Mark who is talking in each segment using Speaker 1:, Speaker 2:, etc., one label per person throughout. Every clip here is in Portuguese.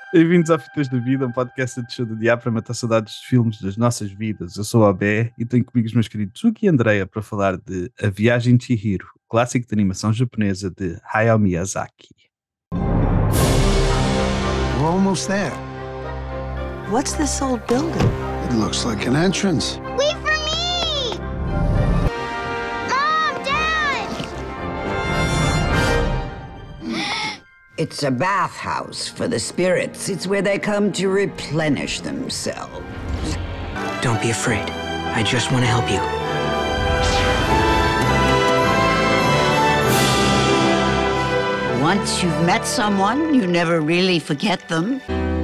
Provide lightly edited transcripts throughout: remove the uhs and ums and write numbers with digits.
Speaker 1: Bem-vindos ao Fitas da Vida, um podcast de show do diabo para matar saudades dos filmes das nossas vidas. Eu sou o Abé e tenho comigo os meus queridos Suki e Andreia para falar de A Viagem de Chihiro, clássico de animação japonesa de Hayao Miyazaki.
Speaker 2: We're almost there.
Speaker 3: What's this old building?
Speaker 2: It looks like an entrance.
Speaker 4: Wait for me! Mom! Dad!
Speaker 3: It's a bathhouse for the spirits. It's where they come to replenish themselves.
Speaker 5: Don't be afraid. I just want to help you.
Speaker 3: Once you've met someone, you never really forget them.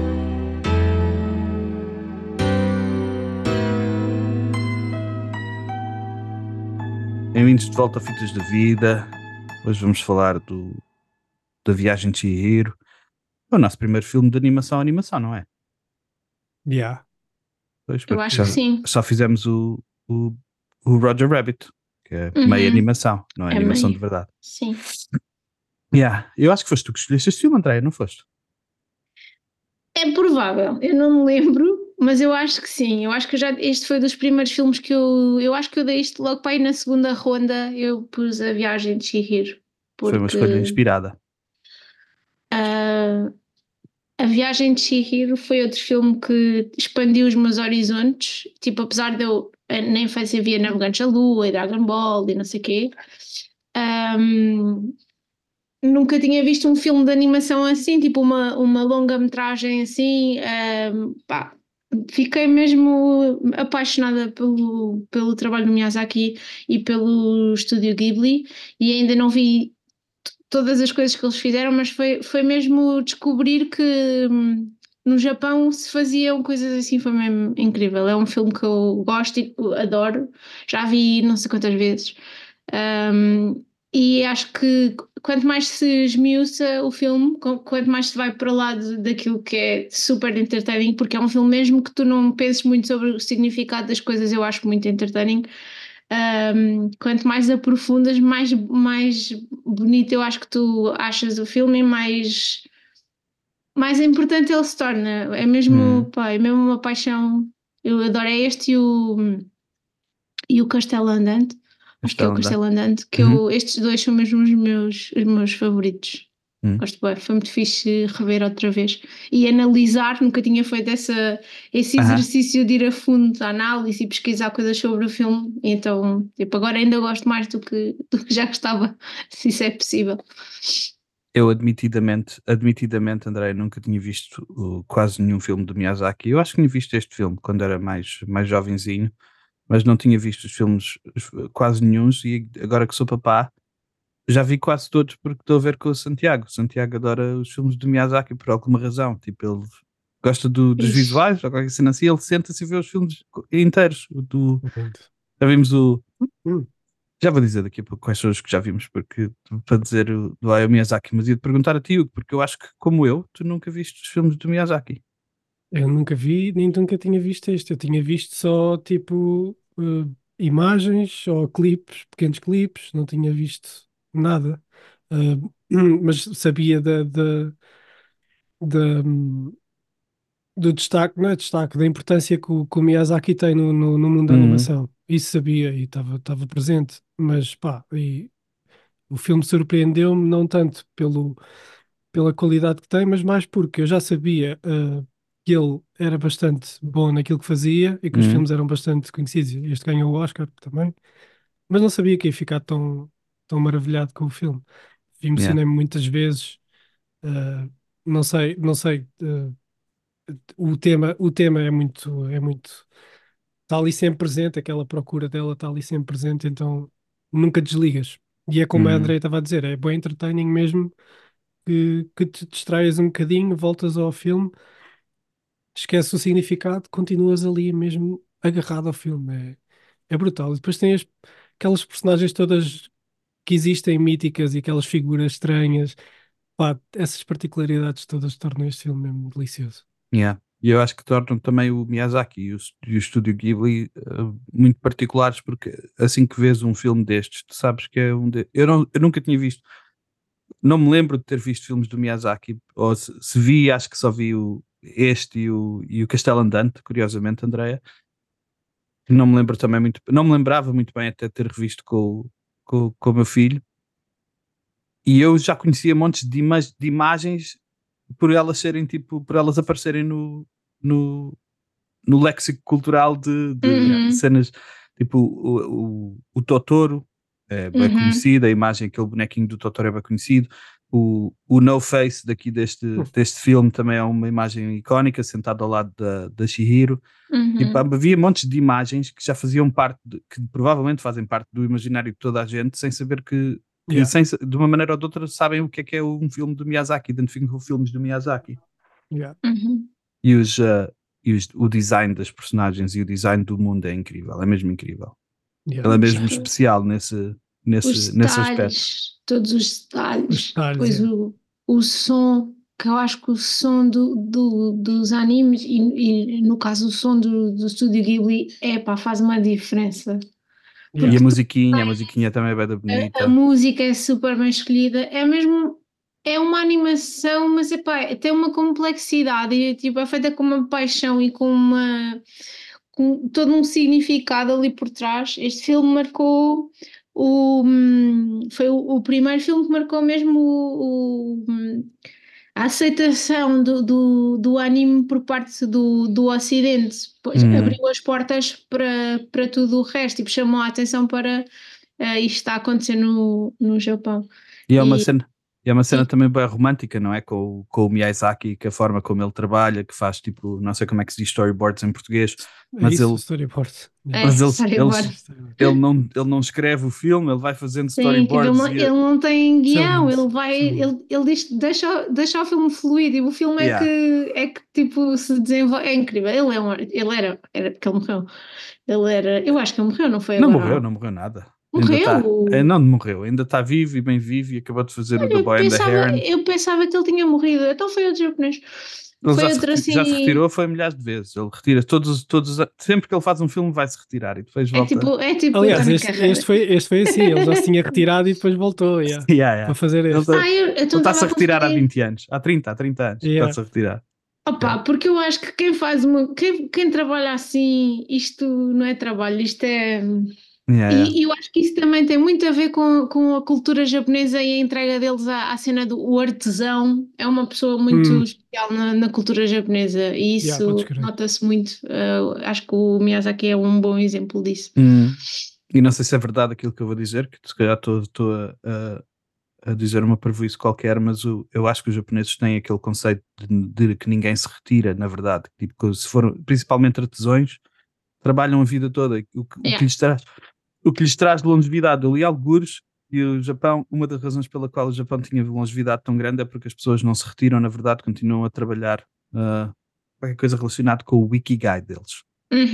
Speaker 1: Bem-vindos de volta ao Fitas da Vida. Hoje vamos falar da Viagem de Chihiro. É o nosso primeiro filme de animação, não é?
Speaker 6: Yeah.
Speaker 1: Pois,
Speaker 7: Eu
Speaker 1: porque
Speaker 7: acho que sim.
Speaker 1: só fizemos o Roger Rabbit, que é meia animação, não é animação
Speaker 7: meio.
Speaker 1: de verdade.
Speaker 7: Sim.
Speaker 1: Yeah. Eu acho que foste tu que escolheste este filme, Andréia, não foste?
Speaker 7: É provável, eu não me lembro, mas eu acho que sim. Eu acho que este foi dos primeiros filmes que eu acho que eu dei isto logo para ir na segunda ronda. Eu pus A Viagem de Chihiro.
Speaker 1: Foi uma escolha inspirada.
Speaker 7: A Viagem de Chihiro foi outro filme que expandiu os meus horizontes. Tipo, apesar de eu na infância via Navegantes da Lua e Dragon Ball e não sei o quê, nunca tinha visto um filme de animação assim, tipo uma longa-metragem assim. Pá, fiquei mesmo apaixonada pelo trabalho do Miyazaki e pelo estúdio Ghibli, e ainda não vi todas as coisas que eles fizeram, mas foi mesmo descobrir que no Japão se faziam coisas assim, foi mesmo incrível. É um filme que eu gosto e adoro, já vi não sei quantas vezes. E acho que quanto mais se esmiuça o filme, quanto mais se vai para o lado daquilo que é super entertaining, porque é um filme mesmo que tu não penses muito sobre o significado das coisas, eu acho muito entertaining. Quanto mais aprofundas, mais bonito eu acho que tu achas o filme e mais importante ele se torna. É mesmo, pá, é mesmo uma paixão. Eu adoro este e o Castelo Andante. Acho que é o Castelo Andante, que estes dois são mesmo os meus favoritos. Gosto bem, foi muito fixe rever outra vez e analisar. Nunca tinha feito esse exercício de ir a fundo da análise e pesquisar coisas sobre o filme, então tipo, agora ainda gosto mais do que já gostava, se isso é possível.
Speaker 1: Eu admitidamente, André, nunca tinha visto quase nenhum filme do Miyazaki. Eu acho que tinha visto este filme quando era mais jovenzinho, mas não tinha visto os filmes quase nenhuns, e agora que sou papá já vi quase todos, porque estou a ver com o Santiago. O Santiago adora os filmes do Miyazaki por alguma razão, tipo, ele gosta dos visuais ou qualquer cena assim, ele senta-se e vê os filmes inteiros. Já vimos já vou dizer daqui a pouco quais são os que já vimos, porque para dizer do Hayao Miyazaki, mas ia-te perguntar a ti, Hugo, porque eu acho que, como eu, tu nunca viste os filmes do Miyazaki.
Speaker 6: Eu nunca vi, nem nunca tinha visto este. Eu tinha visto só tipo imagens ou clipes, pequenos clipes, não tinha visto nada. Mas sabia da- do destaque, não é destaque, da importância que o Miyazaki tem no mundo da animação. Isso sabia e estava presente, mas pá, e o filme surpreendeu-me não tanto pela qualidade que tem, mas mais porque eu já sabia que ele era bastante bom naquilo que fazia e que os filmes eram bastante conhecidos. Este ganhou o Oscar também, mas não sabia que ia ficar tão maravilhado com o filme. Emocionei-me muitas vezes. Não sei, o tema é muito, está ali sempre presente, aquela procura dela está ali sempre presente, então nunca desligas. E é como a Andrea estava a dizer, é bem entertaining mesmo, que te distraias um bocadinho, voltas ao filme, esqueces o significado, continuas ali mesmo agarrado ao filme. É brutal. E depois tem aquelas personagens todas que existem, míticas, e aquelas figuras estranhas. Pá, essas particularidades todas tornam este filme mesmo delicioso.
Speaker 1: E eu acho que tornam também o Miyazaki e o estúdio Ghibli muito particulares, porque assim que vês um filme destes, tu sabes que é eu nunca tinha visto não me lembro de ter visto filmes do Miyazaki, ou se vi, acho que só vi este e o Castelo Andante, curiosamente, Andreia. Não me lembro também muito, não me lembrava muito bem até ter revisto com o meu filho. E eu já conhecia montes de imagens por elas serem tipo, por elas aparecerem no léxico cultural de cenas, tipo o Totoro é bem conhecido, a imagem, aquele bonequinho do Totoro é bem conhecido, o No Face daqui deste filme também é uma imagem icónica, sentado ao lado da Chihiro. Tipo, havia montes de imagens que já faziam parte, que provavelmente fazem parte do imaginário de toda a gente, sem saber que de uma maneira ou de outra sabem o que é um filme do Miyazaki, identificam filmes do Miyazaki. E o design das personagens e o design do mundo é incrível, é mesmo incrível. Ele é mesmo especial nesse aspecto.
Speaker 7: Todos os detalhes.
Speaker 6: Depois
Speaker 7: o som, que eu acho que o som dos animes e no caso o som do Estúdio Ghibli faz uma diferença.
Speaker 1: E a musiquinha também é bem bonita.
Speaker 7: A música é super bem escolhida, é uma animação, mas tem uma complexidade e tipo, é feita com uma paixão e com todo um significado ali por trás. Este filme marcou foi o primeiro filme que marcou mesmo a aceitação do anime por parte do Ocidente, pois abriu as portas para tudo o resto, tipo, chamou a atenção para isto está a acontecer no Japão.
Speaker 1: E é uma cena também bem romântica, não é? Com o Miyazaki, que a forma como ele trabalha, que faz tipo, não sei como é que se diz storyboards em português, mas ele não escreve o filme, ele vai fazendo storyboards.
Speaker 7: Sim, ele não tem guião, ele diz, deixa o filme fluir, e o filme é que tipo se desenvolve, é incrível. Ele era porque ele morreu. Eu acho que ele morreu, não foi agora?
Speaker 1: Não morreu nada.
Speaker 7: Morreu?
Speaker 1: Não morreu, ainda está vivo e bem vivo e acabou de fazer o The Boy and the Heron.
Speaker 7: Eu pensava que ele tinha morrido, então foi outro japonês.
Speaker 1: Ele já se retirou, foi milhares de vezes. Ele retira sempre que ele faz um filme vai se retirar e depois volta.
Speaker 7: É tipo
Speaker 6: aliás, este foi assim, ele já se tinha retirado e depois voltou para fazer este.
Speaker 1: Ele está-se a retirar há 20 anos, há 30 anos está-se a retirar.
Speaker 7: Porque eu acho que quem trabalha assim, isto não é trabalho, isto é... E eu acho que isso também tem muito a ver com a cultura japonesa e a entrega deles à cena do artesão. É uma pessoa muito especial na cultura japonesa e isso nota-se muito. Acho que o Miyazaki é um bom exemplo disso.
Speaker 1: E não sei se é verdade aquilo que eu vou dizer, que se calhar estou a dizer uma parvoíce qualquer, mas eu acho que os japoneses têm aquele conceito de que ninguém se retira, na verdade. Tipo, se for principalmente artesãos, trabalham a vida toda. O que lhes traz longevidade. Eu li algures e o Japão, uma das razões pela qual o Japão tinha longevidade tão grande é porque as pessoas não se retiram, na verdade, continuam a trabalhar qualquer coisa relacionada com o Ikigai deles.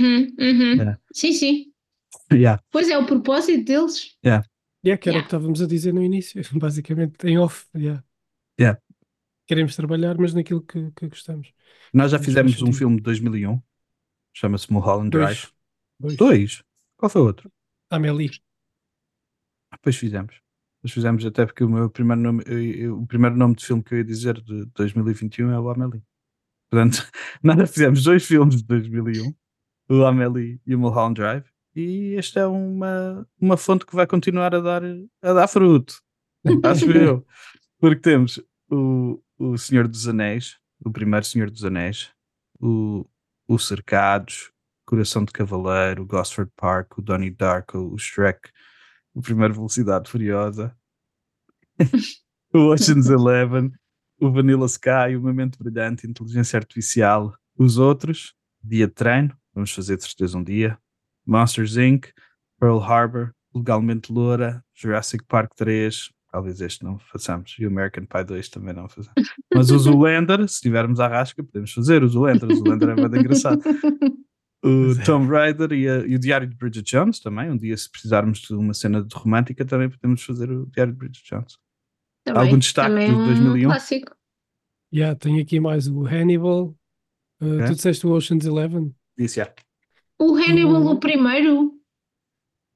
Speaker 7: Sim. Pois é, o propósito deles.
Speaker 6: Que era o que estávamos a dizer no início, basicamente em off. Queremos trabalhar, mas naquilo que gostamos.
Speaker 1: Nós já fizemos um filme de 2001, chama-se Mulholland Drive. Dois? Qual foi o outro?
Speaker 6: Amélie.
Speaker 1: Depois fizemos até porque o primeiro nome de filme que eu ia dizer de 2021 é o Amélie. Portanto, nós fizemos 2 filmes de 2001, o Amélie e o Mulholland Drive, e esta é uma fonte que vai continuar a dar fruto, acho eu, porque temos o Senhor dos Anéis, o primeiro Senhor dos Anéis, o Cercados, Coração de Cavaleiro, o Gosford Park, o Donnie Darko, o Shrek, o primeiro Velocidade Furiosa, o Ocean's 11, o Vanilla Sky, o Momento Brilhante, Inteligência Artificial, os outros, Dia de Treino, vamos fazer de certeza um dia, Monsters Inc., Pearl Harbor, Legalmente Loura, Jurassic Park 3, talvez este não façamos, e o American Pie 2 também não façamos. Mas o Zoolander, se tivermos à rasca, podemos fazer o Zoolander é bem engraçado. O Tomb Raider e o Diário de Bridget Jones também. Um dia, se precisarmos de uma cena de romântica, também podemos fazer o Diário de Bridget Jones. Algum destaque de 2001?
Speaker 7: Clássico.
Speaker 6: Tenho aqui mais o Hannibal. Tu disseste o Ocean's 11?
Speaker 1: Disse,
Speaker 7: O Hannibal, o primeiro?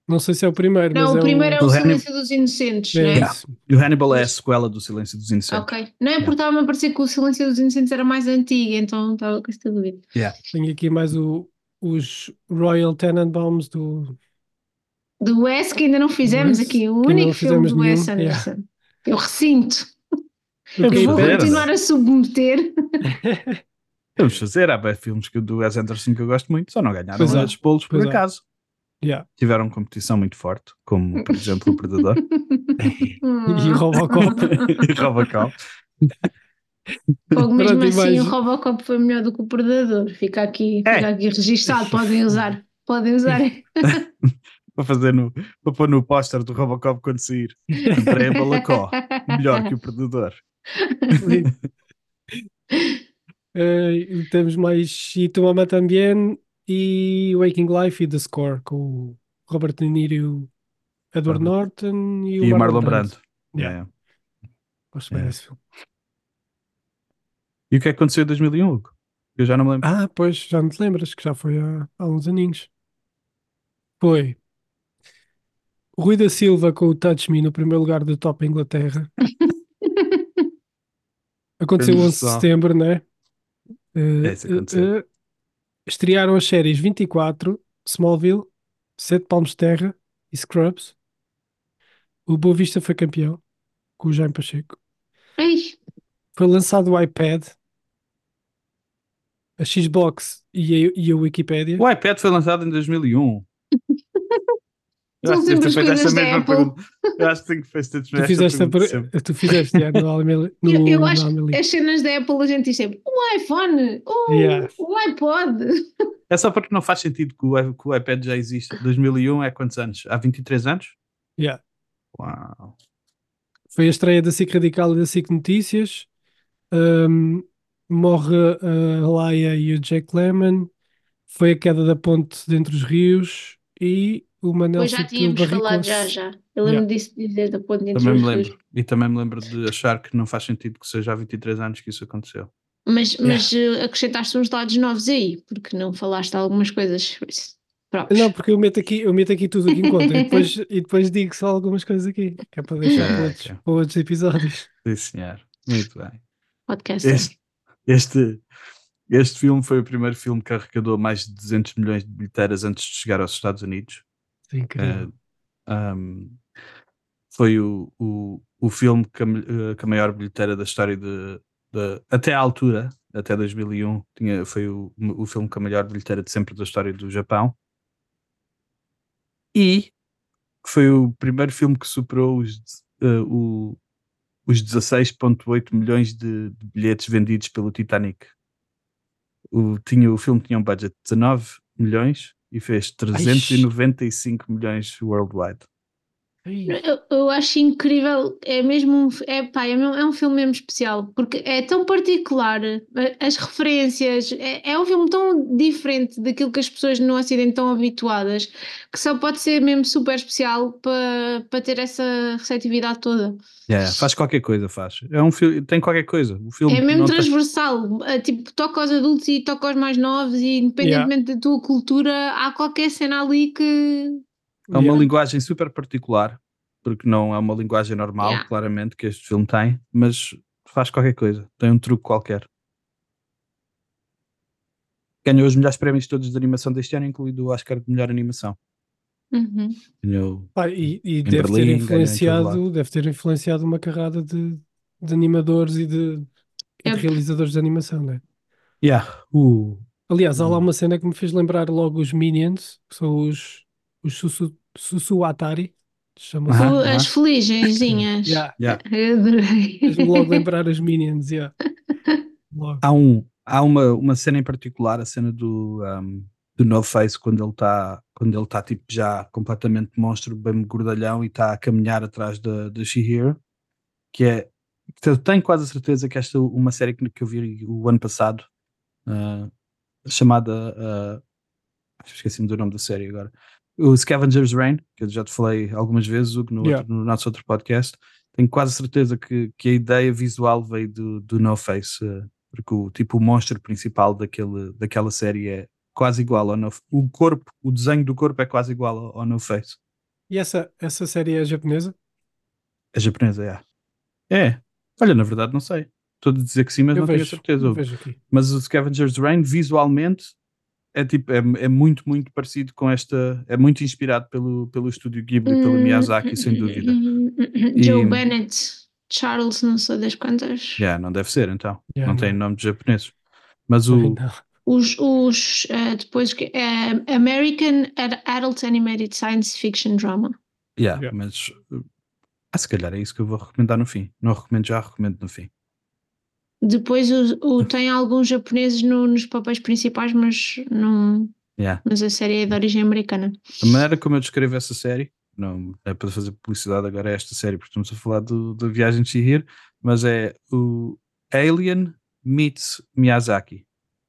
Speaker 6: Não sei se é o primeiro, mas
Speaker 7: Não, o primeiro é
Speaker 1: o
Speaker 7: o
Speaker 1: Hannibal-
Speaker 7: Silêncio dos Inocentes,
Speaker 6: é
Speaker 7: não é?
Speaker 6: isso.
Speaker 1: E o Hannibal é a sequela do Silêncio dos Inocentes.
Speaker 7: Ok. Não é porque estava-me a parecer que o Silêncio dos Inocentes era mais antigo, então estava com esta dúvida.
Speaker 1: Yeah.
Speaker 6: Tenho aqui mais os Royal Tenenbaums
Speaker 7: Do Wes, que ainda não fizemos
Speaker 6: Wes,
Speaker 7: aqui, o
Speaker 6: que ainda
Speaker 7: único
Speaker 6: não
Speaker 7: filme
Speaker 6: fizemos
Speaker 7: do Wes
Speaker 6: nenhum,
Speaker 7: Anderson. Eu ressinto.
Speaker 6: O
Speaker 7: Eu
Speaker 6: Cape
Speaker 7: vou
Speaker 1: ver,
Speaker 7: continuar
Speaker 1: né?
Speaker 7: a submeter.
Speaker 1: Vamos fazer, há bem filmes do Wes Anderson que eu gosto muito, só não ganharam
Speaker 6: Pois há,
Speaker 1: esses bolos por
Speaker 6: pois há.
Speaker 1: acaso.
Speaker 6: Yeah.
Speaker 1: Tiveram competição muito forte, como por exemplo o Predador
Speaker 6: E Robocop.
Speaker 1: e Robocop.
Speaker 7: Fogo, mesmo
Speaker 6: Pronto, e
Speaker 7: assim,
Speaker 6: mais-
Speaker 7: o Robocop foi melhor do que o Predador. Fica aqui registado. Podem usar. Podem usar.
Speaker 1: Para pôr no póster do Robocop quando sair. André Balacó, melhor que o Predador.
Speaker 6: Temos mais E Tu Mama Também e Waking Life e The Score com o Robert De Niro, Edward
Speaker 1: Robert.
Speaker 6: Norton e
Speaker 1: E
Speaker 6: o
Speaker 1: o Marlon
Speaker 6: Brando.
Speaker 1: Brando.
Speaker 6: Yeah.
Speaker 1: Yeah.
Speaker 6: Gosto bem
Speaker 1: Yeah.
Speaker 6: desse filme.
Speaker 1: E o que é que aconteceu em 2001, Hugo? Eu já não me lembro.
Speaker 6: Pois, já não te lembras que já foi há uns aninhos. Foi o Rui da Silva com o Touch Me no primeiro lugar do Top Inglaterra. Aconteceu
Speaker 1: Grande
Speaker 6: 11 de
Speaker 1: pessoal.
Speaker 6: setembro, né?
Speaker 1: É isso que aconteceu.
Speaker 6: Estrearam as séries 24, Smallville, Sete Palmos de Terra e Scrubs. O Boa Vista foi campeão com o Jaime Pacheco.
Speaker 7: Ei,
Speaker 6: Foi lançado o iPad, a Xbox e a Wikipédia.
Speaker 1: O iPad foi lançado em 2001. Eu
Speaker 7: São
Speaker 1: acho que
Speaker 7: sempre
Speaker 1: deves
Speaker 7: as
Speaker 1: ter feito
Speaker 7: coisas
Speaker 1: esta
Speaker 7: da
Speaker 1: mesma
Speaker 7: Apple.
Speaker 1: pergunta. Eu acho que tenho que fazer esta
Speaker 6: Tu fizeste,
Speaker 1: pergunta sempre.
Speaker 6: tu fizeste no Amelie.
Speaker 7: eu acho
Speaker 6: no
Speaker 7: que as cenas da Apple a gente diz sempre o iPhone,
Speaker 6: Yeah.
Speaker 7: o iPod.
Speaker 1: É só porque não faz sentido que o iPad já existe. 2001 é quantos anos? Há 23 anos?
Speaker 6: Yeah.
Speaker 1: Uau.
Speaker 6: Foi a estreia da SIC Radical e da SIC Notícias. Morre a Laia e o Jake Lemmon. Foi a queda da ponte de Entre os Rios e o Manel
Speaker 7: Pois já
Speaker 6: Souto
Speaker 7: tínhamos falado,
Speaker 6: Barricou-se.
Speaker 7: já. Eu lembro disso de dizer da ponte entre
Speaker 1: Também
Speaker 7: os
Speaker 1: me
Speaker 7: rios.
Speaker 1: lembro. E também me lembro de achar que não faz sentido que seja há 23 anos que isso aconteceu.
Speaker 7: Mas acrescentaste uns dados novos aí, porque não falaste de algumas coisas próprias.
Speaker 6: Não, porque eu meto aqui tudo o que encontro e depois digo só algumas coisas aqui, que é para deixar para outros,
Speaker 1: Ok.
Speaker 6: para outros episódios.
Speaker 1: Sim, senhor. Muito bem.
Speaker 7: Podcast.
Speaker 1: Este filme foi o primeiro filme que arrecadou mais de 200 milhões de bilheteiras antes de chegar aos Estados Unidos.
Speaker 6: Sim, incrível.
Speaker 1: Foi o filme que a maior bilheteira da história até à altura, até 2001, foi o filme com a maior bilheteira de sempre da história do Japão. E foi o primeiro filme que superou os 16,8 milhões de bilhetes vendidos pelo Titanic. O filme tinha um budget de 19 milhões e fez 395 milhões worldwide.
Speaker 7: Eu acho incrível, é mesmo, é um filme mesmo especial, porque é tão particular, as referências, é um filme tão diferente daquilo que as pessoas no Ocidente estão habituadas, que só pode ser mesmo super especial para ter essa receptividade toda.
Speaker 1: Faz qualquer coisa, faz. É um filme, tem qualquer coisa. O filme
Speaker 7: É mesmo
Speaker 1: não
Speaker 7: transversal, tipo, toca aos adultos e toca aos mais novos, e independentemente da tua cultura, há qualquer cena ali que...
Speaker 1: É uma linguagem super particular, porque não é uma linguagem normal, claramente, que este filme tem, mas faz qualquer coisa, tem um truque qualquer. Ganhou os melhores prémios todos de animação deste ano, incluindo o Oscar de melhor animação.
Speaker 7: Uhum.
Speaker 1: Ganhou
Speaker 6: E
Speaker 1: deve
Speaker 6: ter influenciado uma carrada de animadores e de realizadores de animação, não é? Aliás, há lá uma cena que me fez lembrar logo os Minions, que são os Susuatari.
Speaker 7: As feligenzinhas. Eu adorei.
Speaker 6: Fez-me logo lembrar os Minions. Logo.
Speaker 1: Há uma cena em particular, a cena do No Face, quando ele está tipo já completamente monstro, bem gordalhão, e está a caminhar atrás da She-Hero, que é, eu tenho quase a certeza que esta é uma série que eu vi o ano passado, chamada esqueci-me do nome da série agora, o Scavenger's Reign, que eu já te falei algumas vezes, Hugo, no nosso outro podcast. Tenho quase certeza que a ideia visual veio do No Face, porque o monstro principal daquela série é quase igual ao No Face. O desenho do corpo é quase igual ao No Face.
Speaker 6: E essa série é japonesa?
Speaker 1: É japonesa, é. É. Olha, na verdade não sei. Estou a dizer que sim, mas
Speaker 6: Eu
Speaker 1: não tenho a
Speaker 6: vejo,
Speaker 1: certeza.
Speaker 6: eu vejo aqui.
Speaker 1: Mas o Scavenger's Reign, visualmente, é tipo, é muito, muito parecido com esta. É muito inspirado pelo estúdio Ghibli, pelo Miyazaki, sem dúvida. E,
Speaker 7: Joe Bennett, Charles, não sei das quantas.
Speaker 1: yeah, não deve ser, então.
Speaker 6: Yeah,
Speaker 1: Não tem
Speaker 6: não.
Speaker 1: nome de japoneses. Mas
Speaker 6: Também
Speaker 1: o.
Speaker 6: não.
Speaker 7: Depois American Adult Animated Science Fiction Drama.
Speaker 1: Yeah,
Speaker 6: Yeah.
Speaker 1: mas. Se calhar é isso que eu vou recomendar no fim. Não recomendo já, recomendo no fim.
Speaker 7: Depois tem alguns japoneses nos papéis principais, mas não.
Speaker 1: Yeah.
Speaker 7: Mas a série é de origem americana.
Speaker 1: A maneira como eu descrevo essa série, não é para fazer publicidade agora a esta série, porque estamos a falar da Viagem de Chihiro, mas é o Alien meets Miyazaki.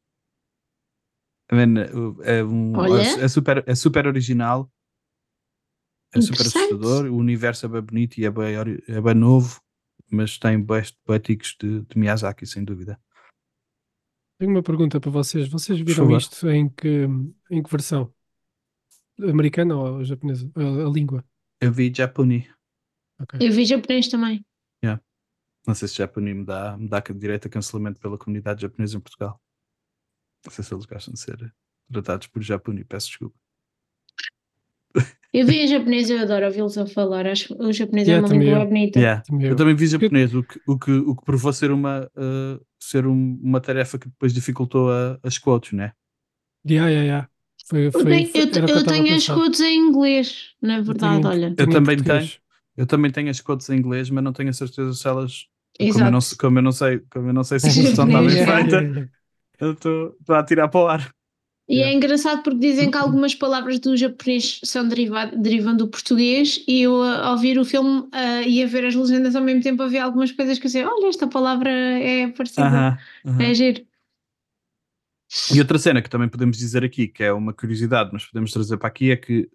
Speaker 1: I mean,
Speaker 7: Olha.
Speaker 1: é super original, é super
Speaker 7: Interessante.
Speaker 1: assustador, o universo é bem bonito e é bem novo, mas tem bem tiques de Miyazaki, sem dúvida.
Speaker 6: Tenho uma pergunta para vocês. Vocês
Speaker 1: Por
Speaker 6: viram
Speaker 1: favor.
Speaker 6: isto em que versão? Americana ou japonesa? A língua?
Speaker 1: Eu vi Japoni.
Speaker 6: Ok.
Speaker 7: Eu vi japonês também.
Speaker 1: Não sei se Japoni me dá direito a cancelamento pela comunidade japonesa em Portugal. Não sei se eles gostam de ser tratados por Japoni, peço desculpa.
Speaker 7: Eu vi em japonês, eu adoro ouvi-los a falar. Acho que o japonês é
Speaker 6: Yeah,
Speaker 7: uma
Speaker 6: também
Speaker 7: língua
Speaker 6: eu.
Speaker 7: bonita.
Speaker 1: Yeah.
Speaker 6: Também
Speaker 1: Eu
Speaker 6: eu.
Speaker 1: também vi japonês, o que provou ser uma tarefa que depois dificultou as quotes, né?
Speaker 6: Yeah. Era o que eu
Speaker 7: Eu
Speaker 6: estava a
Speaker 7: tenho as
Speaker 6: pensar.
Speaker 7: coisas em inglês, na
Speaker 6: Eu
Speaker 7: verdade,
Speaker 6: tenho,
Speaker 7: olha.
Speaker 1: Eu
Speaker 6: tenho em
Speaker 1: também tenho.
Speaker 6: português.
Speaker 1: Eu também tenho as quotes em inglês, mas não tenho a certeza se elas.
Speaker 7: Exato.
Speaker 1: Como eu não sei se a tradução está bem
Speaker 7: Yeah.
Speaker 1: feita, eu estou a tirar para o ar.
Speaker 7: E é
Speaker 6: Yeah.
Speaker 7: engraçado porque dizem que algumas palavras do japonês derivam do português e eu a ouvir o filme e a ver as legendas ao mesmo tempo a ver algumas coisas que eu sei, olha, esta palavra é parecida,
Speaker 1: Aham, aham.
Speaker 7: é giro.
Speaker 1: E outra cena que também podemos dizer aqui, que é uma curiosidade, mas podemos trazer para aqui, é que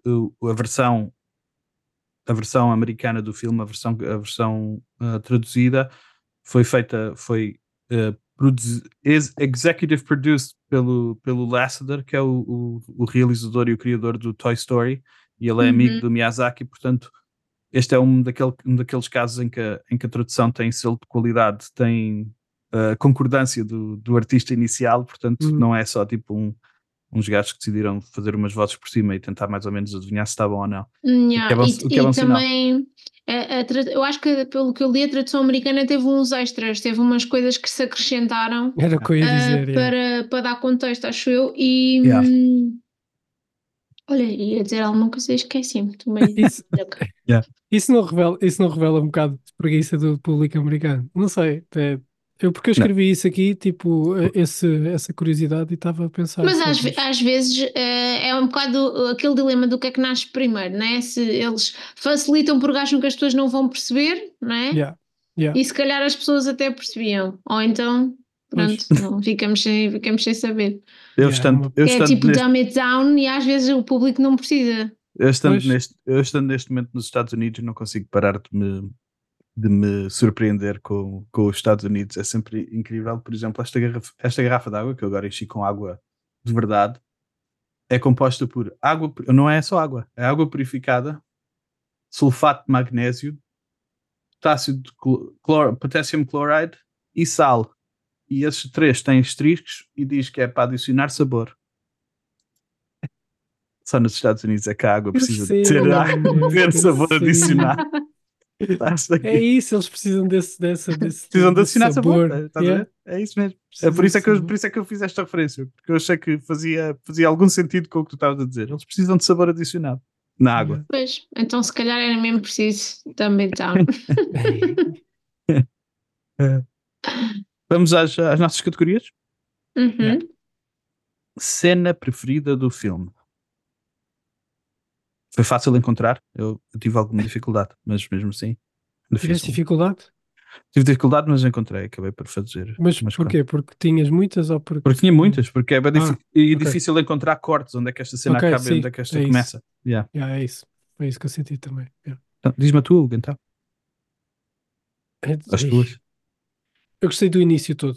Speaker 1: a versão americana do filme, a versão traduzida, foi executive produced pelo Lasseter, que é o realizador e o criador do Toy Story, e ele é amigo do Miyazaki, portanto, este é um daqueles casos em que a tradução tem selo de qualidade, tem concordância do artista inicial, portanto, não é só tipo uns gajos que decidiram fazer umas vozes por cima e tentar mais ou menos adivinhar se está bom ou não.
Speaker 7: Yeah,
Speaker 1: O que é bom sinal.
Speaker 7: também eu acho que pelo que eu li a tradução americana teve uns extras, teve umas coisas que se acrescentaram
Speaker 6: Era o que eu ia dizer. Yeah.
Speaker 7: para dar contexto, acho eu, e
Speaker 1: Yeah.
Speaker 7: olha, ia dizer alguma coisa e esqueci-me também.
Speaker 6: Isso,
Speaker 1: Yeah.
Speaker 6: isso não revela um bocado de preguiça do público americano. Não sei. Porque eu escrevi isso aqui, tipo, essa curiosidade, e estava a pensar.
Speaker 7: Mas
Speaker 6: fogo,
Speaker 7: às vezes é um bocado aquele dilema do que é que nasce primeiro, né? Se eles facilitam porque acham que as pessoas não vão perceber, não é?
Speaker 6: Yeah.
Speaker 7: E se calhar as pessoas até percebiam, ou então, pronto, não, ficamos sem saber.
Speaker 1: Eu estando
Speaker 7: tipo
Speaker 1: neste,
Speaker 7: dumb it down e às vezes o público não precisa.
Speaker 1: eu estando neste momento nos Estados Unidos, não consigo parar de me surpreender com os Estados Unidos. É sempre incrível. Por exemplo, esta garrafa de água, que eu agora enchi com água de verdade, é composta por água, não é só água, é água purificada, sulfato de magnésio, potassium chloride e sal. E esses três têm asteriscos e diz que é para adicionar sabor. Só nos Estados Unidos é que a água precisa ter sabor adicionado.
Speaker 6: É isso, eles precisam desse
Speaker 1: precisam de adicionar sabor. É isso mesmo. Por isso é que eu fiz esta referência, porque eu achei que fazia algum sentido com o que tu estavas a dizer. Eles precisam de sabor adicionado na água.
Speaker 7: Pois, então se calhar era mesmo preciso também então.
Speaker 1: Vamos às nossas categorias?
Speaker 7: Uhum.
Speaker 1: Cena preferida do filme. Foi fácil encontrar. Eu tive alguma dificuldade, mas mesmo assim.
Speaker 6: Tiveste dificuldade?
Speaker 1: Tive dificuldade, mas encontrei. Acabei por fazer.
Speaker 6: Mas porquê? Porque tinhas muitas ou porque...
Speaker 1: Porque tinha muitas, porque é difícil encontrar cortes, onde é que esta cena acaba e onde é que esta começa.
Speaker 6: É isso. Foi isso que eu senti também. Yeah.
Speaker 1: Então, diz-me a tua, Hugo, então. As tuas.
Speaker 6: Eu gostei do início todo.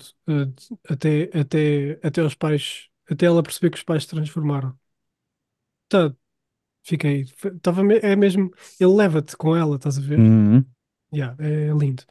Speaker 6: Até os pais... Até ela perceber que os pais se transformaram. Tá. Fiquei. É mesmo. Ele leva-te com ela, estás a ver?
Speaker 1: Uhum.
Speaker 6: Yeah, é lindo.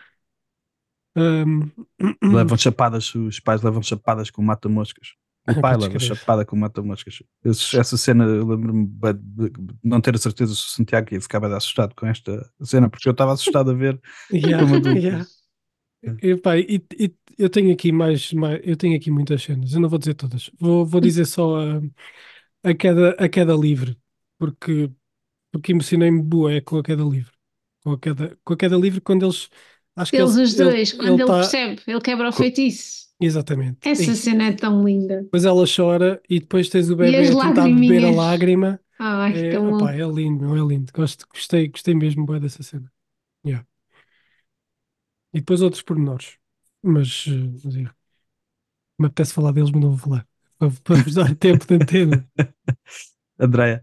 Speaker 6: Um,
Speaker 1: Levam chapadas, os pais levam chapadas com mata-moscas. O pai
Speaker 6: Podes
Speaker 1: leva
Speaker 6: crer.
Speaker 1: chapada com mata-moscas. Essa cena, eu lembro-me de não ter a certeza se o Santiago ia ficar bem assustado com esta cena, porque eu estava assustado a ver
Speaker 6: Yeah,
Speaker 1: como adulto.
Speaker 6: yeah. Epá, eu tenho aqui eu tenho aqui muitas cenas. Eu não vou dizer todas. Vou dizer só a queda livre, porque emocionei-me bué com a queda livre. Com a queda livre quando eles. Acho que
Speaker 7: Eles os
Speaker 6: ele
Speaker 7: dois, quando ele
Speaker 6: tá.
Speaker 7: percebe, ele quebra o feitiço.
Speaker 6: Exatamente.
Speaker 7: Essa cena é tão linda.
Speaker 6: Depois ela chora e depois tens o
Speaker 7: E
Speaker 6: bebê
Speaker 7: as
Speaker 6: a tentar beber a
Speaker 7: lagriminhas.
Speaker 6: lágrima.
Speaker 7: Ai, tão
Speaker 6: Opá,
Speaker 7: bom.
Speaker 6: é lindo, meu, é lindo. Gostei mesmo bué dessa cena. Yeah. E depois outros pormenores. Mas yeah, me apetece falar deles, mas não vou falar. Para vos dar tempo de antena.
Speaker 1: Andréia.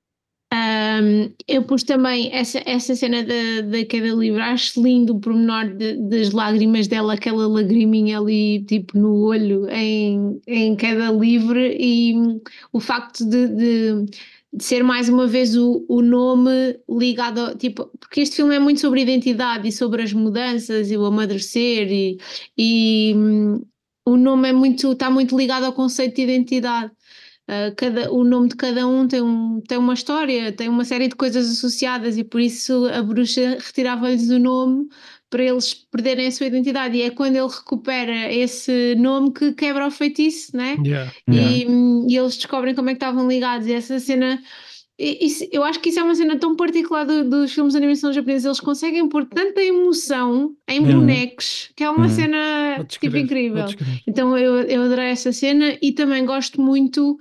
Speaker 7: Eu pus também essa cena da queda livre, acho lindo o pormenor das lágrimas dela, aquela lagriminha ali tipo no olho em queda livre e o facto de ser mais uma vez o nome ligado, tipo, porque este filme é muito sobre identidade e sobre as mudanças e o amadurecer e o nome está muito ligado ao conceito de identidade. O nome de cada um tem uma história, tem uma série de coisas associadas e por isso a bruxa retirava-lhes o nome para eles perderem a sua identidade e é quando ele recupera esse nome que quebra o feitiço, né?
Speaker 6: Yeah.
Speaker 7: E eles descobrem como é que estavam ligados e essa cena... eu acho que isso é uma cena tão particular dos filmes de animação japoneses, eles conseguem pôr tanta emoção em bonecos que é uma cena
Speaker 6: Podes
Speaker 7: tipo
Speaker 6: crer,
Speaker 7: incrível.
Speaker 6: podes crer.
Speaker 7: Então eu adorei essa cena e também gosto muito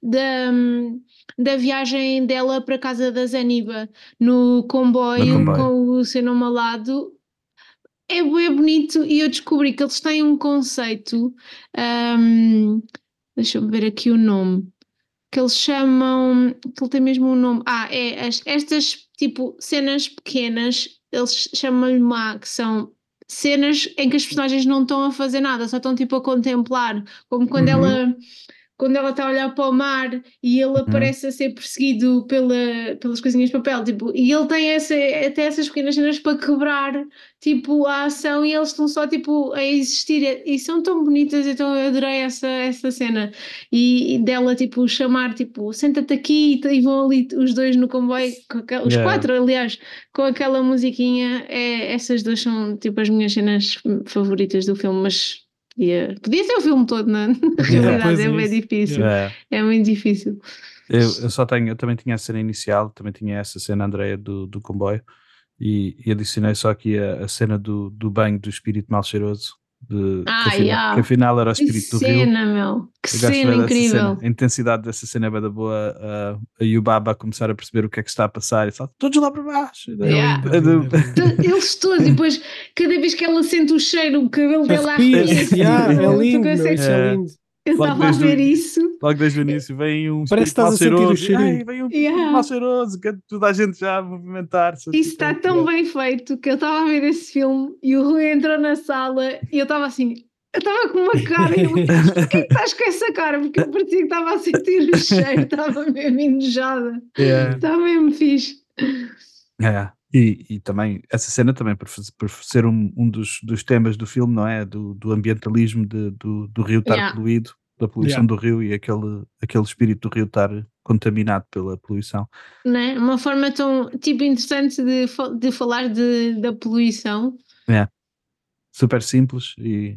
Speaker 7: da viagem dela para a casa da Zaniba no comboio com o seu nome ao lado. É bem bonito e eu descobri que eles têm um conceito, deixa-me ver aqui o nome, que eles chamam, que ele tem mesmo um nome, estas tipo cenas pequenas, eles chamam-lhe que são cenas em que as personagens não estão a fazer nada, só estão tipo a contemplar, como quando ela está a olhar para o mar e ele aparece a ser perseguido pelas coisinhas de papel, tipo, e ele tem até essas pequenas cenas para quebrar tipo a ação e eles estão só tipo a existir e são tão bonitas, então eu adorei essa cena e dela tipo chamar tipo senta-te aqui e vão ali os dois no comboio, os quatro aliás, com aquela musiquinha, essas duas são tipo as minhas cenas favoritas do filme, mas podia ser o filme todo, na realidade é bem difícil. É muito difícil.
Speaker 1: Eu também tinha a cena inicial, também tinha essa cena, Andréia, do comboio, e adicionei só aqui a cena do banho do espírito mal cheiroso, que afinal era o espírito do rio.
Speaker 7: Que cena incrível.
Speaker 1: A intensidade dessa cena é bem da boa, a Yubaba a começar a perceber o que é que está a passar e fala, todos lá para baixo.
Speaker 7: Eles todos, e depois cada vez que ela sente o cheiro, o cabelo dela arrepia-se.
Speaker 6: É lindo, isso é lindo.
Speaker 7: Eu estava a ver isso.
Speaker 1: Logo desde o início vem um
Speaker 6: parece que estás a sentir o cheirinho.
Speaker 1: Vem um espírito mal cheiroso, que toda a gente já a movimentar-se.
Speaker 7: Isso está tão bem feito que eu estava a ver esse filme e o Rui entrou na sala e eu estava assim, eu estava com uma cara e eu porquê que estás com essa cara? Porque eu parecia que estava a sentir o cheiro, estava mesmo enojada. Estava mesmo fixe.
Speaker 1: E também, essa cena também por ser um dos temas do filme, não é? Do ambientalismo do rio estar poluído, da poluição do rio e aquele espírito do rio estar contaminado pela poluição.
Speaker 7: Não é? Uma forma tão tipo interessante de falar da poluição.
Speaker 1: Super simples e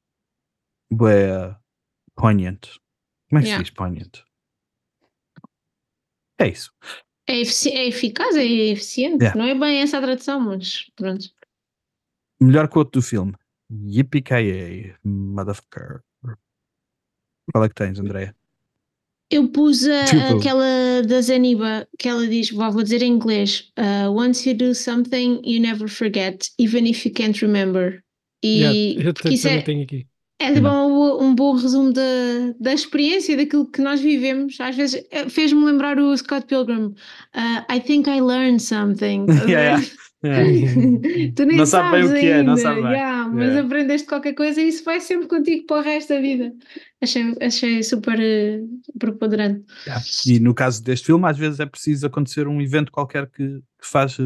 Speaker 1: poignant. Como é que se diz poignant? É isso.
Speaker 7: É eficaz, é eficiente. Não é bem essa a tradução, mas pronto.
Speaker 1: Melhor quote do filme. Yippee-ki-yay, motherfucker. Qual é que tens, Andréia?
Speaker 7: Eu pus aquela da Zaniba, que ela diz, vou dizer em inglês, once you do something, you never forget, even if you can't remember. E
Speaker 6: eu também tenho aqui.
Speaker 7: É um bom resumo da experiência, daquilo que nós vivemos. Às vezes fez-me lembrar o Scott Pilgrim. I think I learned something. Tu nem
Speaker 1: não sabe bem o que
Speaker 7: ainda.
Speaker 1: Não sabe bem.
Speaker 7: mas
Speaker 1: É.
Speaker 7: aprendeste qualquer coisa e isso vai sempre contigo para o resto da vida. Achei super preponderante.
Speaker 1: E no caso deste filme, às vezes é preciso acontecer um evento qualquer que faz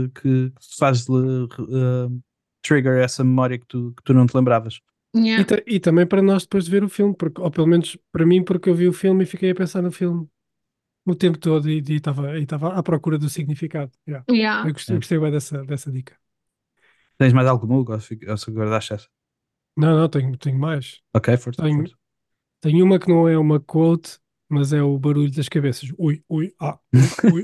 Speaker 1: trigger essa memória que tu não te lembravas.
Speaker 7: Yeah.
Speaker 6: E também para nós depois de ver o filme, porque, ou pelo menos para mim, porque eu vi o filme e fiquei a pensar no filme o tempo todo e estava à procura do significado. Yeah.
Speaker 7: Yeah.
Speaker 6: Eu gostei bem dessa dica.
Speaker 1: Tens mais alguma, Hugo? Ou se guardaste essa?
Speaker 6: Não, tenho mais.
Speaker 1: Ok, força.
Speaker 6: Tenho uma que não é uma quote, mas é o barulho das cabeças. Ui, ui, ui.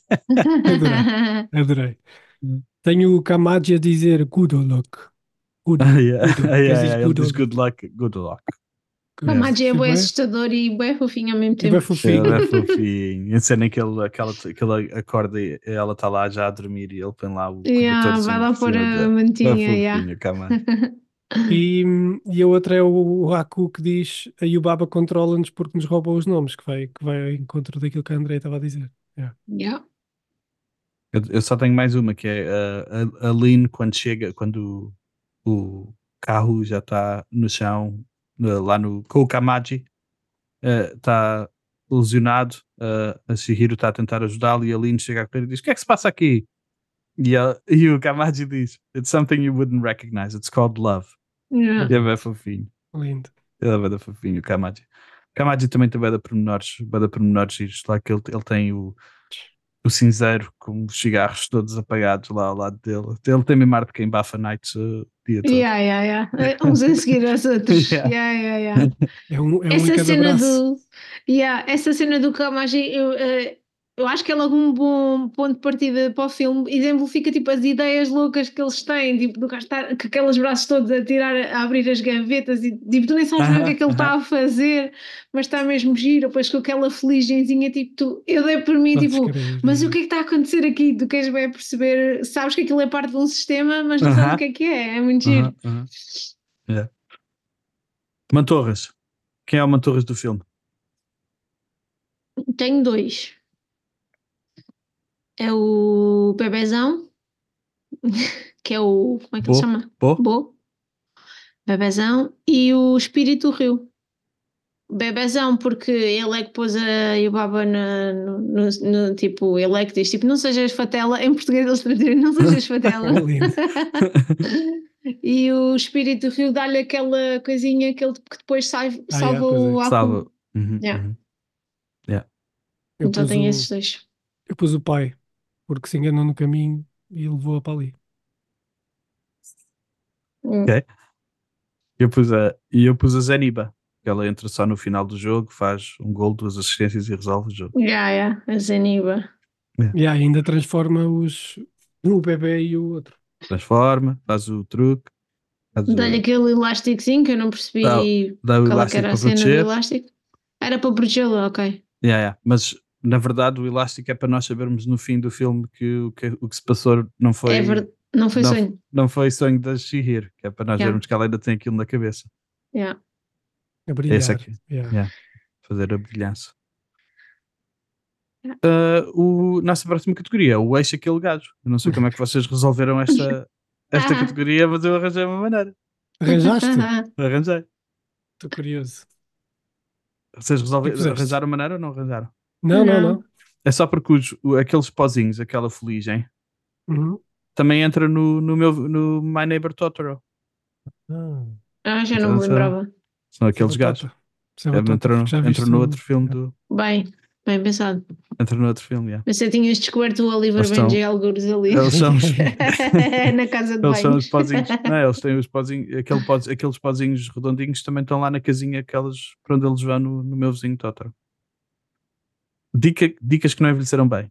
Speaker 6: Adorei. Tenho o Kamaji a dizer good luck. Good
Speaker 1: Ele diz good luck.
Speaker 7: A magia é
Speaker 6: Sim,
Speaker 7: bem
Speaker 6: bem.
Speaker 7: assustador e bem fofinho ao mesmo
Speaker 6: E
Speaker 7: tempo.
Speaker 6: bem fofinho.
Speaker 1: Ele é fofinho. E a cena em que ele acorda e ela está lá já a dormir e ele põe lá o cobertorzinho
Speaker 7: vai lá
Speaker 1: por
Speaker 7: pôr
Speaker 1: cima
Speaker 7: a
Speaker 1: dela.
Speaker 7: mantinha.
Speaker 1: É fofinho,
Speaker 7: Yeah.
Speaker 1: Kamaji.
Speaker 6: E a outra é o Haku que diz a Yubaba controla-nos porque nos rouba os nomes, que vai ao encontro daquilo que a André estava a dizer. Yeah.
Speaker 7: Yeah.
Speaker 1: Eu só tenho mais uma, que é a Lynn quando o carro já está no chão, lá com o Kamaji, está lesionado, a Chihiro está a tentar ajudá-lo e a Lynn chega a correr e diz: o que é que se passa aqui? E o Kamaji diz: it's something you wouldn't recognize, it's called love.
Speaker 7: Yeah.
Speaker 1: E é bem fofinho.
Speaker 6: Lindo.
Speaker 1: Ele é bem fofinho, o Kamaji. O Kamaji também tem bué de pormenores giros, lá que ele tem o cinzeiro com os cigarros todos apagados lá ao lado dele. Ele tem mesmo arte de quem bafa nights o dia todo.
Speaker 7: Yeah. Uns a seguir aos outros.
Speaker 1: Yeah.
Speaker 7: Yeah.
Speaker 6: É um em
Speaker 7: Essa
Speaker 6: cada
Speaker 7: cena
Speaker 6: braço.
Speaker 7: essa cena do Kamaji, eu acho que é logo um bom ponto de partida para o filme. Exemplifica tipo as ideias loucas que eles têm, tipo do gajo estar com aqueles braços todos a abrir as gavetas e tipo, tu nem sabes bem o que é que ele está a fazer, mas está mesmo giro, depois com aquela feligenzinha, tipo, eu dei por mim, tipo, mas o que é que está a acontecer aqui? Tu queres bem perceber, sabes que aquilo é parte de um sistema, mas não sabes o que é muito giro.
Speaker 1: Yeah. Mantorras. Quem é o Mantorras do filme?
Speaker 7: Tenho dois. É o Bebezão, que é o. Como é que ele se chama? Bo. Bebezão. E o Espírito Rio. Bebezão, porque ele é que pôs a Yubaba no tipo, ele é que diz tipo, não sejas fatela. Em português eles traduzem, não sejas fatela. E o Espírito Rio dá-lhe aquela coisinha que depois salva o Aku.
Speaker 1: Salva.
Speaker 7: Então tem esses dois.
Speaker 6: Eu pus o pai, porque se enganou no caminho e levou-a para ali.
Speaker 1: Ok. Eu pus a Zeniba, que ela entra só no final do jogo, faz um gol, 2 assistências e resolve o jogo.
Speaker 7: A Zeniba.
Speaker 6: E ainda transforma o bebê e o outro.
Speaker 1: Transforma, faz o truque.
Speaker 7: Dá-lhe aquele elásticozinho que eu não percebi
Speaker 1: dá o
Speaker 7: qual
Speaker 1: elástico
Speaker 7: era a
Speaker 1: para
Speaker 7: cena
Speaker 1: proteger.
Speaker 7: do elástico. Era para protegê-lo, ok.
Speaker 1: Mas na verdade o elástico é para nós sabermos no fim do filme que o que se passou não foi,
Speaker 7: não foi sonho.
Speaker 1: Não foi sonho da Chihiro, que é para nós vermos que ela ainda tem aquilo na cabeça.
Speaker 6: A brilhar.
Speaker 1: Esse aqui. Fazer a brilhança. Nossa próxima categoria é o eixo aquele gajo. Eu não sei como é que vocês resolveram esta categoria, mas eu arranjei uma maneira.
Speaker 6: Arranjaste?
Speaker 1: Arranjei.
Speaker 6: Estou curioso.
Speaker 1: Vocês arranjaram maneira ou não arranjaram?
Speaker 6: Não.
Speaker 1: É só porque aqueles pozinhos, aquela fuligem, também entra no My Neighbor Totoro.
Speaker 7: Já não me lembrava.
Speaker 1: São aqueles gajos. Entra no outro filme do...
Speaker 7: Bem pensado.
Speaker 1: Entra no outro filme,
Speaker 7: Mas você tinhas descoberto o Oliver Benji algures ali.
Speaker 1: Eles são
Speaker 7: na casa de banho.
Speaker 1: Eles são os pozinhos. Não, eles têm os pozinhos. Aqueles pozinhos redondinhos também estão lá na casinha para onde eles vão no meu vizinho Totoro. Dicas que não envelheceram bem.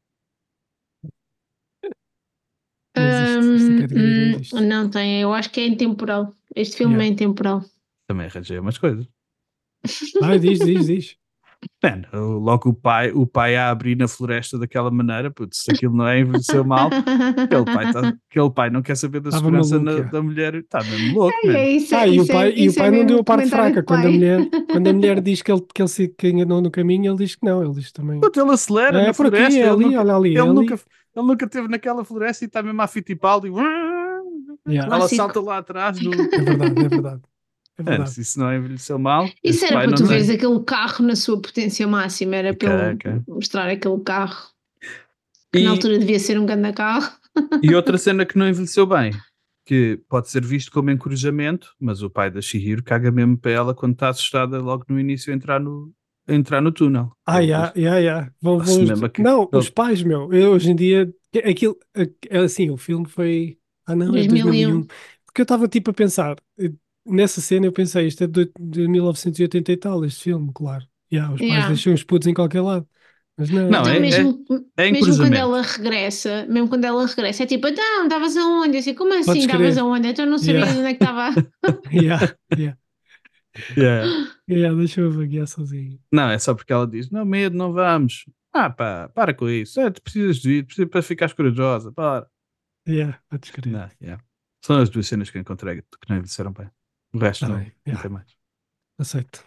Speaker 7: Não tem, eu acho que é intemporal. Este filme é intemporal.
Speaker 1: Também arranjei umas coisas.
Speaker 6: Diz.
Speaker 1: Logo o pai a abrir na floresta daquela maneira, putz, se aquilo não envelheceu mal, aquele pai não quer saber da segurança da mulher, está mesmo louco.
Speaker 6: E o pai não deu a parte fraca. Quando a mulher diz que ele se enganou no caminho, ele diz que não, ele diz também.
Speaker 1: Ele acelera na floresta,
Speaker 6: ele
Speaker 1: nunca esteve naquela floresta e está mesmo a Fittipaldi.
Speaker 6: Yeah.
Speaker 1: Ela
Speaker 7: Clássico.
Speaker 1: salta lá atrás do.
Speaker 6: É verdade, é verdade. É
Speaker 1: É,
Speaker 6: verdade.
Speaker 1: se isso não envelheceu mal,
Speaker 7: Isso
Speaker 1: esse
Speaker 7: era
Speaker 1: pai
Speaker 7: para
Speaker 1: não
Speaker 7: tu
Speaker 1: tem.
Speaker 7: veres aquele carro na sua potência máxima, era
Speaker 1: Ok,
Speaker 7: para
Speaker 1: ok.
Speaker 7: ele mostrar aquele carro, que na
Speaker 1: E,
Speaker 7: altura devia ser um grande carro.
Speaker 1: e outra cena que não envelheceu bem, que pode ser visto como encorajamento, mas o pai da Chihiro caga mesmo para ela quando está assustada logo no início a entrar no túnel.
Speaker 6: Vão
Speaker 1: Está-se mesmo
Speaker 6: Não, os
Speaker 1: ele-
Speaker 6: pais, meu. Eu, hoje em dia, aquilo, é assim, o filme foi. Ah, não, é de 2001.
Speaker 7: 2001.
Speaker 6: Porque eu estava tipo a pensar, nessa cena eu pensei, isto é de 1980 e tal, este filme, claro. Os pais
Speaker 7: Yeah.
Speaker 6: deixam os putos em qualquer lado. Mas não.
Speaker 1: Não,
Speaker 7: Então,
Speaker 1: é
Speaker 7: mesmo quando
Speaker 1: encorajamento.
Speaker 7: ela regressa, é tipo, então, estavas aonde? Eu assim, como assim
Speaker 6: Podes
Speaker 7: estavas
Speaker 6: crer.
Speaker 7: aonde? Então não sabia
Speaker 6: Yeah,
Speaker 7: onde é que estava.
Speaker 6: yeah, yeah.
Speaker 1: Yeah.
Speaker 6: Deixa-me vaguear sozinho.
Speaker 1: Não, é só porque ela diz: não, medo, não vamos. Ah, pá, para com isso. Tu precisas de ir, precisa para ficares corajosa. Para.
Speaker 6: Podes crer.
Speaker 1: Não, yeah. São as duas cenas que eu encontrei que não envelheceram bem. O resto
Speaker 6: Está
Speaker 1: não,
Speaker 6: bem,
Speaker 1: não tem mais.
Speaker 6: aceito.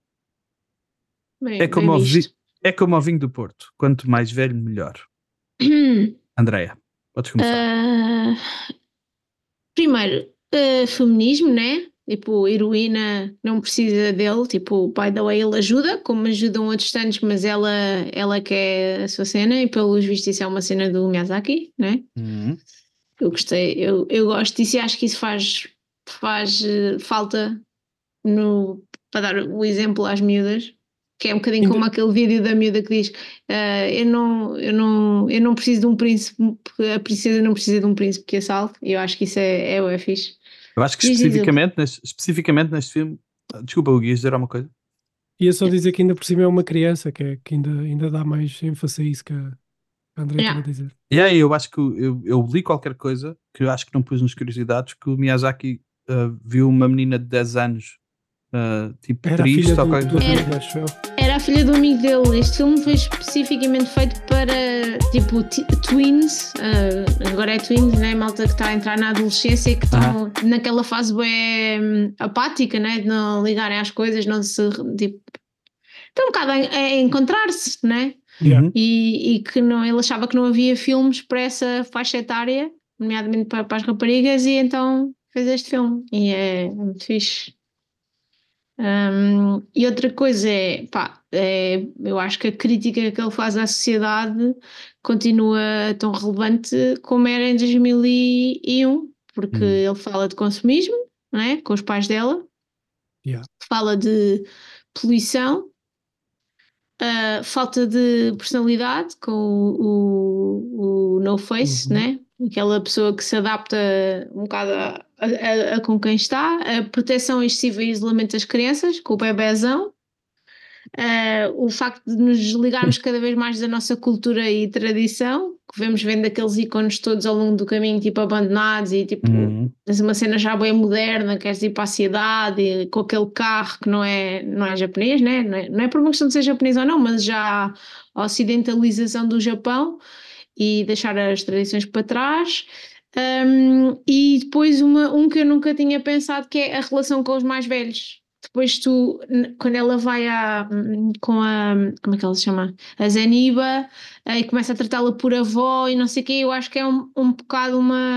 Speaker 1: É
Speaker 7: Bem,
Speaker 1: como,
Speaker 7: bem
Speaker 1: o
Speaker 7: visto.
Speaker 1: é como o vinho do Porto. Quanto mais velho, melhor. Andreia, podes começar.
Speaker 7: Ah, primeiro, feminismo, né? Tipo, heroína não precisa dele. Tipo, by the way, ele ajuda, como ajudam outros tantos, mas ela quer a sua cena, e pelos vistos, isso é uma cena do Miyazaki, né?
Speaker 1: Uhum.
Speaker 7: Eu gostei, eu gosto disso e acho que isso faz falta para dar o exemplo às miúdas, que é um bocadinho
Speaker 6: Ainda,
Speaker 7: como aquele vídeo da miúda que diz: eu não preciso de um príncipe, porque a princesa não precisa de um príncipe que a salve. E eu acho que isso é fixe.
Speaker 1: Eu acho que
Speaker 7: Diz ele.
Speaker 1: especificamente neste filme. Desculpa, o Gui, ias dizer alguma coisa?
Speaker 6: ia só dizer que ainda por cima é uma criança, que ainda dá mais ênfase a isso que a Andrea estava
Speaker 7: Yeah.
Speaker 6: a dizer.
Speaker 1: E aí, eu acho que eu li qualquer coisa que eu acho que não pus nas curiosidades, que o Miyazaki viu uma menina de 10 anos, tipo,
Speaker 6: Era a
Speaker 1: triste
Speaker 6: filha
Speaker 1: ou
Speaker 6: do
Speaker 1: qualquer coisa.
Speaker 6: amigo, acho eu.
Speaker 7: Era a filha do amigo dele. Este filme foi especificamente feito para, tipo, tweens. Agora é tweens, né? Malta que está a entrar na adolescência e que estão naquela fase bem apática, né? De não ligarem às coisas, não se. Tipo, estão um bocado a encontrar-se, né?
Speaker 6: Yeah.
Speaker 1: Uhum.
Speaker 7: E que não, ele achava que não havia filmes para essa faixa etária, nomeadamente para as raparigas, e então fez este filme. E é muito fixe. E outra coisa eu acho que a crítica que ele faz à sociedade continua tão relevante como era em 2001, porque ele fala de consumismo, não é? Com os pais dela,
Speaker 6: Yeah.
Speaker 7: fala de poluição, falta de personalidade com o no face,
Speaker 6: Uhum.
Speaker 7: né? Aquela pessoa que se adapta um bocado a com quem está, a proteção excessiva e isolamento das crianças, com o bebezão, o facto de nos desligarmos cada vez mais da nossa cultura e tradição, que vemos vendo aqueles ícones todos ao longo do caminho, tipo abandonados e tipo,
Speaker 1: Uhum.
Speaker 7: tens uma cena já bem moderna, queres ir para a cidade e, com aquele carro que não é japonês, né? Não é por uma questão de ser japonês ou não, mas já a ocidentalização do Japão e deixar as tradições para trás. E depois um que eu nunca tinha pensado, que é a relação com os mais velhos. Depois quando ela vai com a, como é que ela se chama? A Zeniba, e começa a tratá-la por avó e não sei o quê, eu acho que é um bocado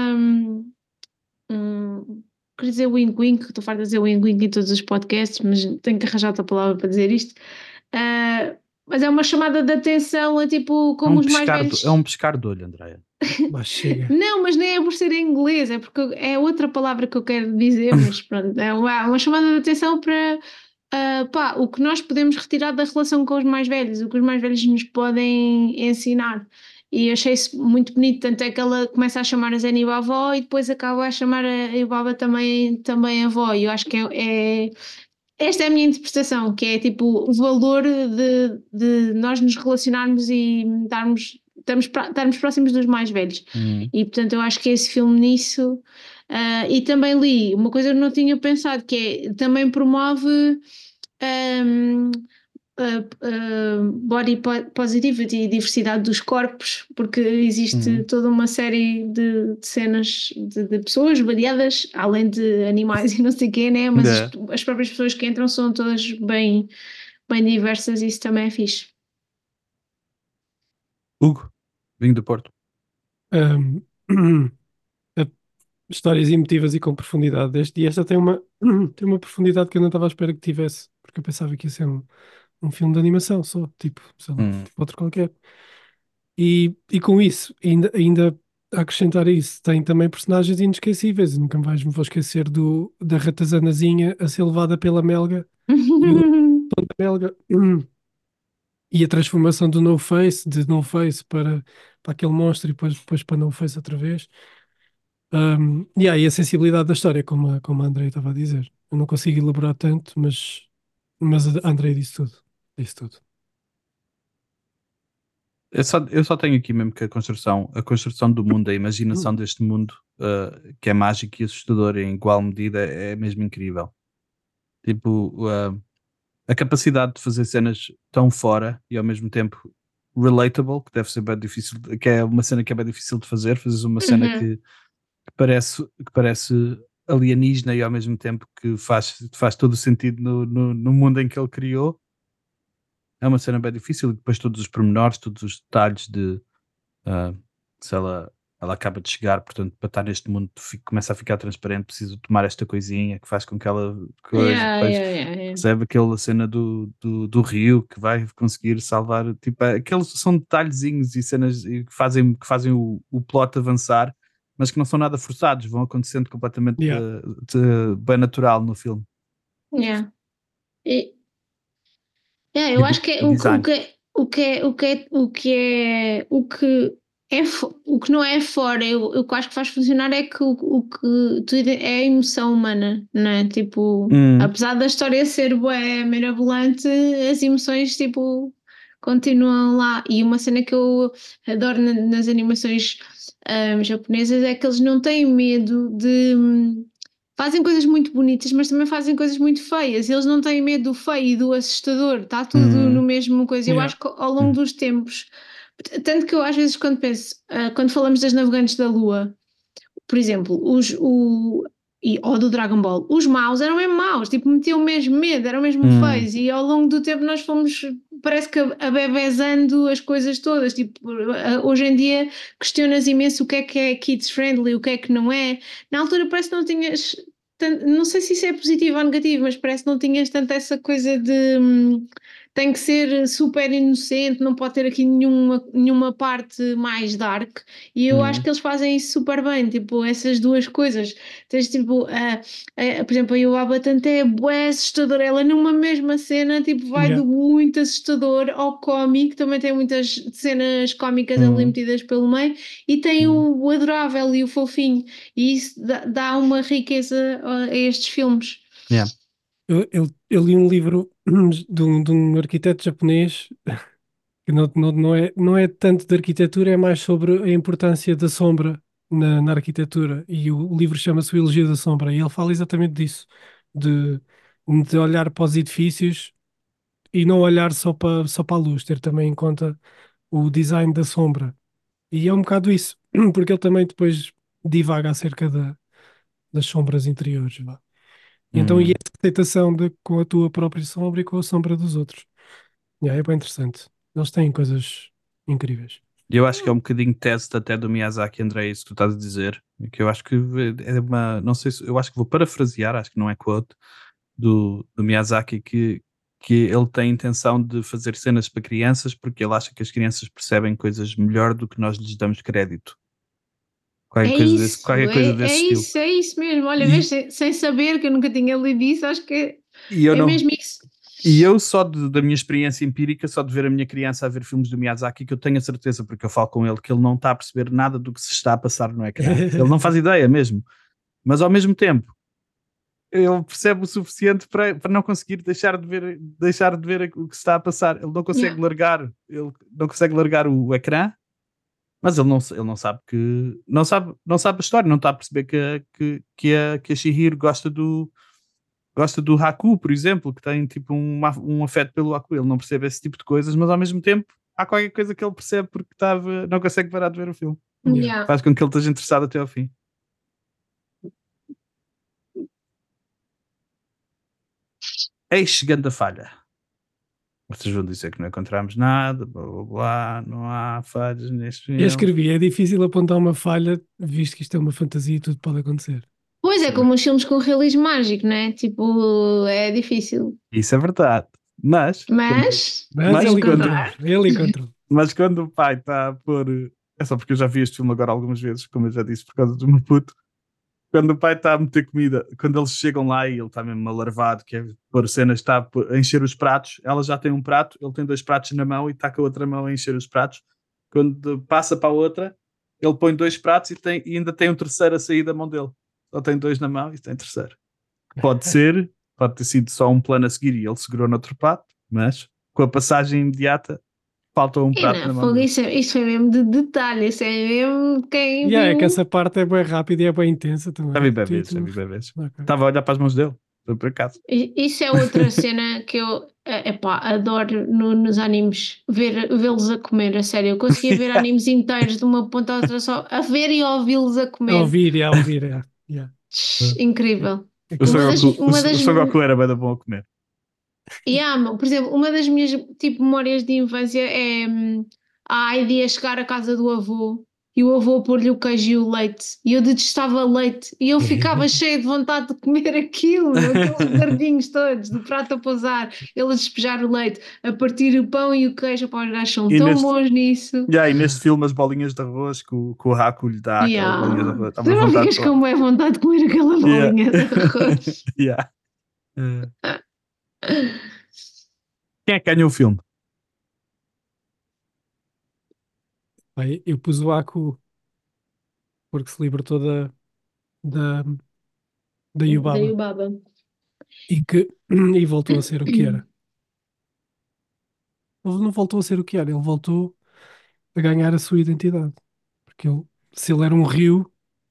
Speaker 7: quer dizer wink-wink, estou farta de dizer wink-wink em todos os podcasts, mas tenho que arranjar outra palavra para dizer isto. Mas é uma chamada de atenção a tipo como os mais velhos.
Speaker 1: É um pescar de olho, Andreia.
Speaker 6: Mas chega.
Speaker 7: Não, mas nem é por ser em inglês, é porque é outra palavra que eu quero dizer, mas pronto, é uma chamada de atenção para o que nós podemos retirar da relação com os mais velhos, o que os mais velhos nos podem ensinar. E achei isso muito bonito, tanto é que ela começa a chamar a Zeniba avó e depois acaba a chamar a Ibaba também avó. E eu acho que esta é a minha interpretação, que é tipo o valor de nós nos relacionarmos e estarmos próximos dos mais velhos. E portanto eu acho que esse filme nisso, e também li uma coisa que eu não tinha pensado, que é, também promove body positivity e diversidade dos corpos, porque existe toda uma série de cenas de pessoas variadas, além de animais e não sei o quê, né? Mas as próprias pessoas que entram são todas bem, bem diversas e isso também é fixe.
Speaker 1: Hugo, vinho do Porto.
Speaker 6: Um, histórias emotivas e com profundidade. E esta tem uma profundidade que eu não estava à espera que tivesse, porque eu pensava que ia ser um filme de animação só, tipo, sei lá,
Speaker 1: Hum.
Speaker 6: tipo outro qualquer. E com isso, ainda a acrescentar a isso, tem também personagens inesquecíveis. Eu nunca mais me vou esquecer da ratazanazinha a ser levada pela Melga e o dono da Melga. E a transformação do No Face, de No Face para aquele monstro e depois para No Face outra vez. E a sensibilidade da história, como a Andrei estava a dizer. Eu não consigo elaborar tanto, mas a Andrei disse tudo. Disse tudo.
Speaker 1: Eu só tenho aqui mesmo que a construção do mundo, a imaginação deste mundo, que é mágico e assustador em igual medida, é mesmo incrível. Tipo, a capacidade de fazer cenas tão fora e ao mesmo tempo relatable, que deve ser bem difícil, que é uma cena que é bem difícil de fazer uma cena que parece alienígena e ao mesmo tempo que faz todo o sentido no mundo em que ele criou. É uma cena bem difícil, e depois todos os pormenores, todos os detalhes de ah, se ela acaba de chegar, portanto, para estar neste mundo começa a ficar transparente, preciso tomar esta coisinha que faz com que ela coisa,
Speaker 7: Yeah,
Speaker 1: depois
Speaker 7: yeah, yeah, yeah.
Speaker 1: percebe aquela cena do rio que vai conseguir salvar, tipo, aqueles são detalhezinhos e cenas que fazem o plot avançar, mas que não são nada forçados, vão acontecendo completamente
Speaker 6: Yeah.
Speaker 1: bem natural no filme.
Speaker 7: Yeah. E- yeah,
Speaker 1: E,
Speaker 7: eu acho que
Speaker 1: e design.
Speaker 7: o que não é fora, eu acho que faz funcionar é que é a emoção humana, não é? Tipo, apesar da história ser bué mirabolante, as emoções tipo continuam lá. E uma cena que eu adoro nas animações japonesas é que eles não têm medo de fazem coisas muito bonitas, mas também fazem coisas muito feias. Eles não têm medo do feio e do assustador, está tudo no mesmo coisa. Eu
Speaker 6: Yeah.
Speaker 7: acho que ao longo dos tempos, tanto que eu às vezes quando penso, quando falamos das navegantes da Lua, por exemplo, ou do Dragon Ball, os maus eram mesmo maus, tipo, metiam mesmo medo, eram mesmo feios, e ao longo do tempo nós fomos, parece que abebezando as coisas todas, tipo, hoje em dia questionas imenso o que é kids friendly, o que é que não é. Na altura parece que não tinhas, não sei se isso é positivo ou negativo, mas parece que não tinhas tanto essa coisa de tem que ser super inocente, não pode ter aqui nenhuma parte mais dark. E eu acho que eles fazem isso super bem, tipo, essas duas coisas. Tens tipo, por exemplo, a Yuaba tanto é bué assustadora, ela numa mesma cena, tipo, vai
Speaker 6: Yeah.
Speaker 7: do muito assustador ao cómico, também tem muitas cenas cómicas ali metidas pelo meio, e tem o adorável e o fofinho, e isso dá uma riqueza a estes filmes.
Speaker 1: Yeah.
Speaker 6: Eu li um livro de um arquiteto japonês que não é tanto de arquitetura, é mais sobre a importância da sombra na arquitetura. E o livro chama-se O Elogio da Sombra. E ele fala exatamente disso, de, de olhar para os edifícios e não olhar só para a luz, ter também em conta o design da sombra. E é um bocado isso, porque ele também depois divaga acerca das sombras interiores. Vá. E então, e essa aceitação com a tua própria sombra e com a sombra dos outros. É bem interessante. Eles têm coisas incríveis.
Speaker 1: E eu acho que é um bocadinho teste até do Miyazaki, André, isso que tu estás a dizer, que eu acho que é uma, não sei se, eu acho que vou parafrasear, acho que não é quote, do Miyazaki, que ele tem a intenção de fazer cenas para crianças porque ele acha que as crianças percebem coisas melhor do que nós lhes damos crédito. Qualquer coisa desse estilo.
Speaker 7: É isso mesmo. Olha,
Speaker 1: E,
Speaker 7: vês, sem saber que eu nunca tinha lido isso, acho que
Speaker 1: e eu
Speaker 7: é
Speaker 1: não,
Speaker 7: mesmo isso.
Speaker 1: E eu só da minha experiência empírica, só de ver a minha criança a ver filmes do Miyazaki, que eu tenho a certeza, porque eu falo com ele, que ele não está a perceber nada do que se está a passar no ecrã. Ele não faz ideia mesmo. Mas ao mesmo tempo, ele percebe o suficiente para não conseguir deixar de ver o que se está a passar. Ele não consegue largar o ecrã, mas ele não sabe que não sabe a história, não está a perceber que a Chihiro gosta do Haku, por exemplo, que tem tipo um afeto pelo Haku. Ele não percebe esse tipo de coisas, mas ao mesmo tempo há qualquer coisa que ele percebe porque não consegue parar de ver o filme.
Speaker 7: Yeah.
Speaker 1: Faz com que ele esteja interessado até ao fim. Eis chegando a falha. Vocês vão dizer que não encontramos nada, blá blá blá, não há falhas neste
Speaker 6: Eu
Speaker 1: filme.
Speaker 6: escrevi, é difícil apontar uma falha, visto que isto é uma fantasia e tudo pode acontecer.
Speaker 7: Pois é, como os filmes com realismo mágico, não é? Tipo, é difícil.
Speaker 1: Isso é verdade. Mas
Speaker 7: Mas
Speaker 6: Mas ele
Speaker 1: quando-
Speaker 6: encontrou, ele encontrou.
Speaker 1: Mas quando o pai está a pôr. É só porque eu já vi este filme agora algumas vezes, como eu já disse, por causa do meu puto. Quando o pai está a meter comida, quando eles chegam lá e ele está mesmo alarvado, que é pôr cenas, está a encher os pratos, ela já tem um prato, ele tem 2 pratos na mão e está com a outra mão a encher os pratos. Quando passa para a outra, ele põe 2 pratos e ainda tem um terceiro a sair da mão dele. Só tem 2 na mão e tem terceiro. Pode ter sido só um plano a seguir e ele segurou no outro prato, mas com a passagem imediata, falta um prato na
Speaker 7: não,
Speaker 1: mão
Speaker 7: fogo,
Speaker 1: dele.
Speaker 7: isso foi mesmo de detalhe, isso é mesmo quem
Speaker 6: E é
Speaker 7: viu.
Speaker 6: que essa parte é bem rápida e é bem intensa também.
Speaker 1: Já vi bem
Speaker 6: Tu-
Speaker 1: vezes,
Speaker 6: tu-
Speaker 1: já vi bem vezes.
Speaker 6: Ok.
Speaker 1: Estava a olhar para as mãos dele, por acaso.
Speaker 7: Isso é outra cena que eu adoro nos animes, vê-los a comer, a sério. Eu conseguia ver animes inteiros de uma ponta a outra só, a ver e a ouvi-los a comer.
Speaker 6: A ouvir, yeah.
Speaker 7: Incrível.
Speaker 1: O
Speaker 7: Uma das-
Speaker 1: Son Goku era bem bom a comer.
Speaker 7: Por exemplo, uma das minhas tipo, memórias de infância é a Heidi a chegar à casa do avô e o avô pôr-lhe o queijo e o leite e eu detestava leite e eu ficava cheia de vontade de comer aquilo, aqueles gardinhos todos, do prato a pousar, ele a despejar o leite, a partir o pão e o queijo, pá, os gajos são
Speaker 1: E
Speaker 7: tão
Speaker 1: neste-
Speaker 7: bons nisso.
Speaker 1: E neste filme as bolinhas de arroz que o Haku lhe dá, aquelas bolinhas de arroz.
Speaker 7: Tu
Speaker 1: Estava à
Speaker 7: não
Speaker 1: vontade
Speaker 7: ficas
Speaker 1: de
Speaker 7: com boa vontade de comer aquela
Speaker 1: Yeah.
Speaker 7: bolinha de arroz.
Speaker 1: Yeah. Quem é que ganhou o filme?
Speaker 6: Aí eu pus o Aku porque se libertou da Yubaba
Speaker 7: Daí o baba.
Speaker 6: e voltou a ser o que era. Ele não voltou a ser o que era, ele voltou a ganhar a sua identidade. Porque se ele era um rio,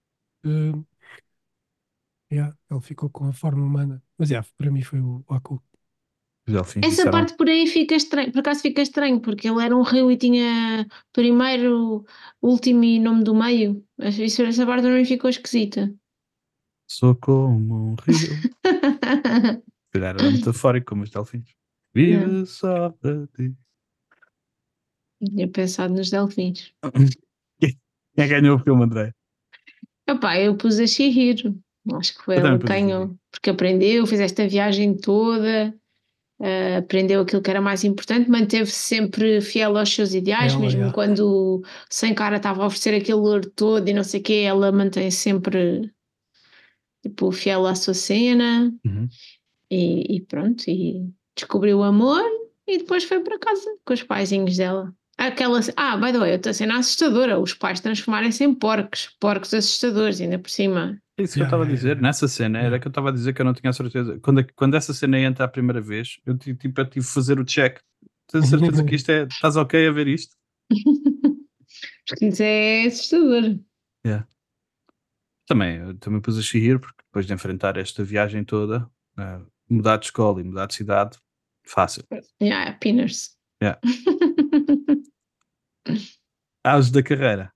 Speaker 6: ele ficou com a forma humana. Mas para mim foi o Aku.
Speaker 1: Os elfinhos
Speaker 7: Essa
Speaker 1: disseram-
Speaker 7: parte por aí fica estranho, por acaso fica estranho, porque ele era um rio e tinha primeiro, último e nome do meio. Essa parte também ficou esquisita.
Speaker 1: Sou como um rio. Se calhar era metafórico como os delfins. Vive só para ti.
Speaker 7: Tinha pensado nos delfins.
Speaker 1: Quem é que ganhou o filme, André?
Speaker 7: Epá, eu pus a Chihiro. Acho que foi
Speaker 1: Eu também
Speaker 7: ela que
Speaker 1: pus a
Speaker 7: ganhou, porque aprendeu, fez esta viagem toda, aprendeu aquilo que era mais importante, manteve-se sempre fiel aos seus ideais,
Speaker 6: Ela,
Speaker 7: mesmo quando sem cara estava a oferecer aquele ouro todo e não sei o quê, ela mantém sempre tipo, fiel à sua cena
Speaker 1: Uhum.
Speaker 7: e pronto, e descobriu o amor e depois foi para casa com os paizinhos dela. By the way, outra cena assustadora, os pais transformarem-se em porcos assustadores, ainda por cima.
Speaker 1: É isso que eu estava a dizer. Nessa cena, era que eu estava a dizer que eu não tinha a certeza. Quando essa cena entra a primeira vez, eu tive de fazer o check. Tens certeza que isto é. Estás ok a ver isto?
Speaker 7: Porque isso é assustador.
Speaker 1: Eu também pus a Chihiro, porque depois de enfrentar esta viagem toda, mudar de escola e mudar de cidade, fácil.
Speaker 7: Pinners.
Speaker 1: Yeah. Auge da carreira.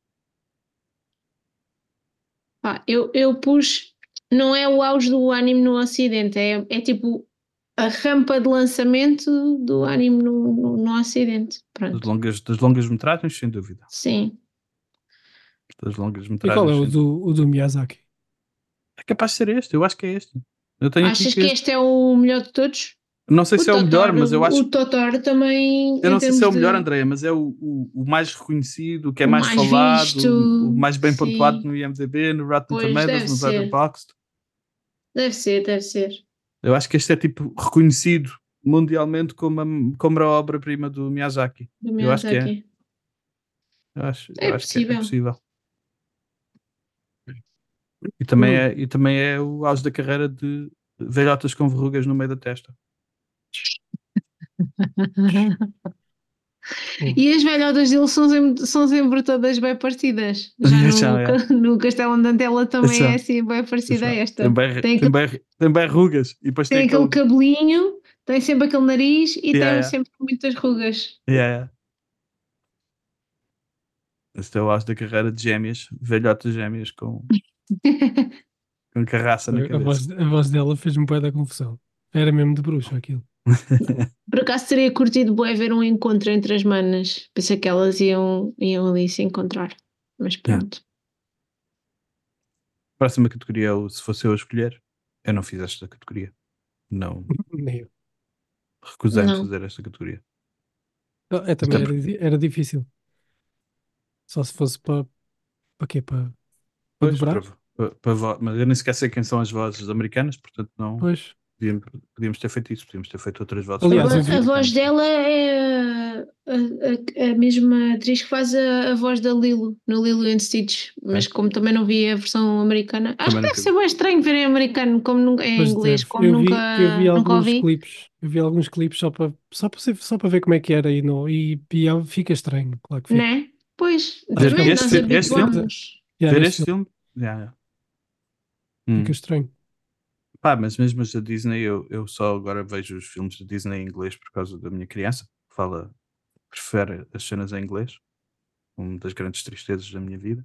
Speaker 7: Eu pus, não é o auge do anime no ocidente, é tipo a rampa de lançamento do anime no ocidente. Pronto.
Speaker 1: Das longas metragens, sem dúvida.
Speaker 7: Sim.
Speaker 1: Das longas
Speaker 6: E
Speaker 1: metragens.
Speaker 6: qual é o do Miyazaki?
Speaker 1: É capaz de ser este, eu acho que é este. Eu tenho aqui
Speaker 7: Achas que este é o melhor de todos?
Speaker 1: Não sei se é o melhor, mas eu acho.
Speaker 7: O Totoro também.
Speaker 1: Eu não sei se é o melhor,
Speaker 7: de...
Speaker 1: Andréia, mas é o mais reconhecido, o que é
Speaker 7: O
Speaker 1: mais
Speaker 7: mais
Speaker 1: falado,
Speaker 7: visto,
Speaker 1: o mais bem
Speaker 7: sim.
Speaker 1: pontuado no IMDb, no Rotten
Speaker 7: Pois,
Speaker 1: Tomatoes,
Speaker 7: deve
Speaker 1: no
Speaker 7: ser.
Speaker 1: Letterboxd.
Speaker 7: Deve ser.
Speaker 1: Eu acho que este é tipo reconhecido mundialmente como a obra-prima do Miyazaki.
Speaker 7: Do
Speaker 1: Eu acho que é.
Speaker 7: Miyazaki.
Speaker 1: Eu acho que
Speaker 7: possível.
Speaker 1: é possível. E também é o auge da carreira de velhotas com verrugas no meio da testa.
Speaker 7: E as velhotas dele são sempre todas bem parecidas. Já no Castelo Andantela também é assim bem parecida a esta.
Speaker 1: Tem bem rugas. E depois
Speaker 7: tem aquele cabelinho, tem sempre aquele nariz e tem sempre muitas rugas.
Speaker 1: Este é o auge da carreira de gêmeas, velhotas gêmeas com carraça na cabeça.
Speaker 6: A voz dela fez-me bué da confusão. Era mesmo de bruxa aquilo.
Speaker 7: Por acaso teria curtido bué ver um encontro entre as manas. Pensei que elas iam ali se encontrar. Mas pronto.
Speaker 1: Próxima categoria é o Se Fosse Eu a Escolher. Eu não fiz esta categoria. Não,
Speaker 6: Nem eu.
Speaker 1: recusei-me a
Speaker 7: Não.
Speaker 1: fazer esta categoria.
Speaker 6: Também
Speaker 1: Até
Speaker 6: era difícil. Só se fosse para quê? Para
Speaker 1: Pois,
Speaker 6: dobrar?
Speaker 1: mas eu nem sequer sei quem são as vozes americanas, portanto não
Speaker 6: Pois.
Speaker 1: podíamos ter feito isso, podíamos ter feito outras vozes.
Speaker 6: Aliás,
Speaker 1: famosas
Speaker 6: eu vi-
Speaker 7: A voz
Speaker 1: americanas.
Speaker 7: dela é a mesma atriz que faz a voz da Lilo, no Lilo and Stitch. Mas como também não vi a versão americana, acho
Speaker 1: Também
Speaker 7: que
Speaker 1: nunca
Speaker 7: deve ser bem estranho ver em americano, como nunca, em
Speaker 6: Pois
Speaker 7: inglês,
Speaker 6: deve.
Speaker 7: como
Speaker 6: Eu vi
Speaker 7: nunca
Speaker 6: alguns
Speaker 7: ouvi.
Speaker 6: clipes. Eu vi alguns clipes só para ver como é que era fica estranho, claro que fica.
Speaker 7: Né? Pois,
Speaker 6: Acho que
Speaker 7: também nós
Speaker 1: este filme?
Speaker 7: habituamos.
Speaker 1: Ver
Speaker 6: Este
Speaker 1: este
Speaker 6: filme
Speaker 1: filme? Yeah.
Speaker 6: fica estranho.
Speaker 1: Pá, mas mesmo as da Disney, eu só agora vejo os filmes da Disney em inglês por causa da minha criança, que prefere as cenas em inglês, uma das grandes tristezas da minha vida.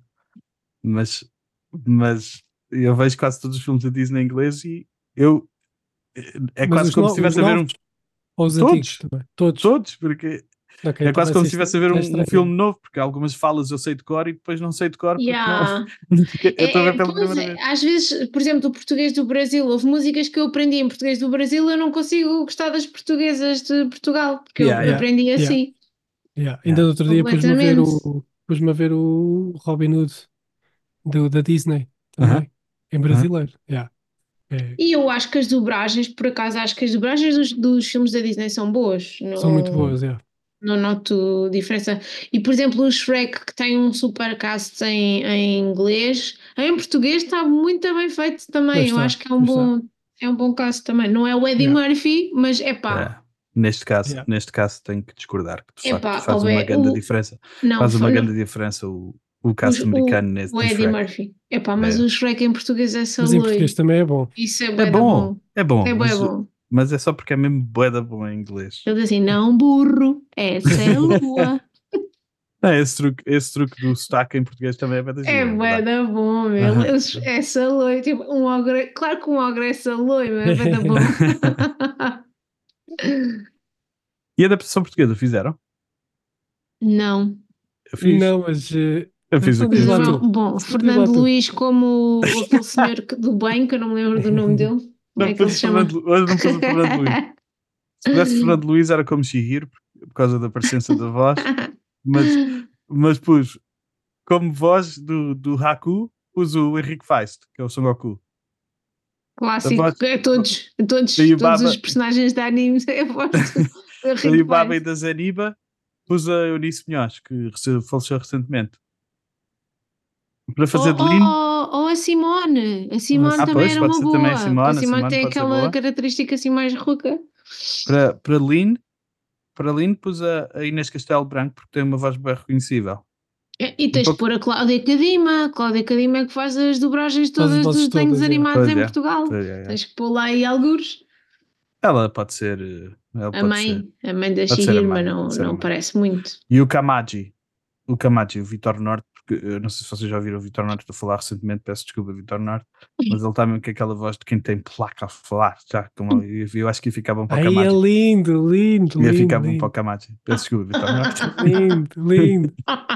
Speaker 1: Mas eu vejo quase todos os filmes da Disney em inglês e eu é
Speaker 6: Mas
Speaker 1: quase como se estivesse a ver
Speaker 6: novos ou os antigos
Speaker 1: todos,
Speaker 6: também? Todos.
Speaker 1: todos, porque
Speaker 6: Ok,
Speaker 1: é
Speaker 6: então
Speaker 1: quase
Speaker 6: vai
Speaker 1: como
Speaker 6: ser
Speaker 1: se estivesse a ver um
Speaker 6: estranho.
Speaker 1: filme novo, porque algumas falas eu sei de cor e depois não sei de cor porque
Speaker 7: Yeah.
Speaker 1: eu estou a ver pela
Speaker 7: Pois
Speaker 1: primeira vez.
Speaker 7: às vezes, por exemplo, o português do Brasil, houve músicas que eu aprendi em português do Brasil, eu não consigo gostar das portuguesas de Portugal, porque eu
Speaker 1: Yeah,
Speaker 7: aprendi
Speaker 6: yeah.
Speaker 7: assim.
Speaker 6: Ainda no outro dia
Speaker 7: Completamente.
Speaker 6: pus-me a ver o Robin Hood da Disney também, em brasileiro. É,
Speaker 7: E eu acho que as dobragens, por acaso, acho que as dobragens dos filmes da Disney são boas.
Speaker 6: são muito boas,
Speaker 7: Não noto diferença. E, por exemplo, o Shrek, que tem um super cast em inglês, em português está muito bem feito também.
Speaker 6: Pois
Speaker 7: Eu
Speaker 6: está,
Speaker 7: acho que
Speaker 6: pois está.
Speaker 7: é um bom cast também. Não é o Eddie
Speaker 6: Yeah.
Speaker 7: Murphy, mas é pá.
Speaker 1: Neste caso,
Speaker 6: Yeah.
Speaker 1: tenho que discordar, que de
Speaker 7: Epá,
Speaker 1: facto faz
Speaker 7: ó,
Speaker 1: uma grande diferença.
Speaker 7: Não,
Speaker 1: Faz uma
Speaker 7: não,
Speaker 1: grande diferença o cast americano nesse
Speaker 7: o
Speaker 1: do
Speaker 7: Eddie
Speaker 1: Shrek.
Speaker 7: Murphy. Epá, mas
Speaker 1: É.
Speaker 7: o Shrek em português é
Speaker 6: Mas em português
Speaker 7: saloio.
Speaker 6: também é bom.
Speaker 7: Isso é
Speaker 1: É
Speaker 7: bué da
Speaker 1: bom, é bom,
Speaker 7: É bué bom.
Speaker 1: mas é só porque é mesmo bué da bom em inglês.
Speaker 7: Ele diz assim, não burro, essa é a lua.
Speaker 1: Não, esse truque do sotaque em português também é bué da
Speaker 7: É
Speaker 1: giro,
Speaker 7: bué
Speaker 1: verdade.
Speaker 7: da bom, meu. É saloio. Tipo, claro que um ogre é saloio, mas é bué da bom.
Speaker 1: E a adaptação portuguesa fizeram?
Speaker 7: Não.
Speaker 1: Eu fiz.
Speaker 6: Não, mas
Speaker 1: Eu fiz
Speaker 6: então
Speaker 1: o que
Speaker 6: diz lá
Speaker 1: fiz.
Speaker 6: tu.
Speaker 7: Bom,
Speaker 6: Diz lá
Speaker 7: Fernando
Speaker 6: tu.
Speaker 7: Luís como aquele senhor do bem, que eu não me lembro do nome dele. Como é que ele se chama?
Speaker 1: Hoje não pus o Fernando Luís. Se pudesse Fernando Luís era como Shihiro, por causa da presença da voz, mas pus como voz do Haku, pus o Henrique Feist, que é o Son Goku.
Speaker 7: Clássico,
Speaker 1: voz-
Speaker 7: todos
Speaker 1: E o Baba-
Speaker 7: os personagens de anime é a voz do
Speaker 1: E
Speaker 7: Henrique
Speaker 1: o Baba e
Speaker 7: Feist.
Speaker 1: da Zeniba, pus a Eunice Munhoz, que faleceu recentemente. Para fazer de Lin.
Speaker 7: Ou a Simone. A Simone também
Speaker 1: pois,
Speaker 7: era
Speaker 1: pode
Speaker 7: uma
Speaker 1: ser
Speaker 7: boa.
Speaker 1: também a Simone,
Speaker 7: A Simone tem
Speaker 1: pode ser
Speaker 7: aquela
Speaker 1: boa.
Speaker 7: característica assim mais rouca.
Speaker 1: Para Lin pus a Inês Castelo Branco, porque tem uma voz bem reconhecível.
Speaker 7: E tens de pôr a Cláudia Cadima. A Cláudia Cadima é que faz as dobragens
Speaker 6: Faz as
Speaker 7: todas
Speaker 6: vozes
Speaker 7: dos desenhos
Speaker 6: todas,
Speaker 7: animados
Speaker 1: Pois
Speaker 7: em
Speaker 1: é.
Speaker 7: Portugal.
Speaker 1: Pois é.
Speaker 7: Tens que pôr lá aí algures.
Speaker 1: Ela pode ser. Ela
Speaker 7: A
Speaker 1: pode
Speaker 7: mãe,
Speaker 1: ser.
Speaker 7: a mãe da
Speaker 1: Pode ser a
Speaker 7: Shihiro,
Speaker 1: mãe,
Speaker 7: mas
Speaker 1: pode ser a
Speaker 7: não
Speaker 1: mãe.
Speaker 7: parece muito.
Speaker 1: E o Kamaji, o Vitor Norte, porque eu não sei se vocês já ouviram o Vitor Norte, estou a falar recentemente, peço desculpa, Vitor Norte, mas ele está mesmo com aquela voz de quem tem placa a falar, já, eu acho que ia ficar bom para o
Speaker 6: Ai, é
Speaker 1: Kamaji.
Speaker 6: lindo, lindo,
Speaker 1: Ia
Speaker 6: lindo,
Speaker 1: ficar bom
Speaker 6: lindo.
Speaker 1: para o Kamaji. Peço desculpa, Vitor Norte.
Speaker 6: Lindo, lindo.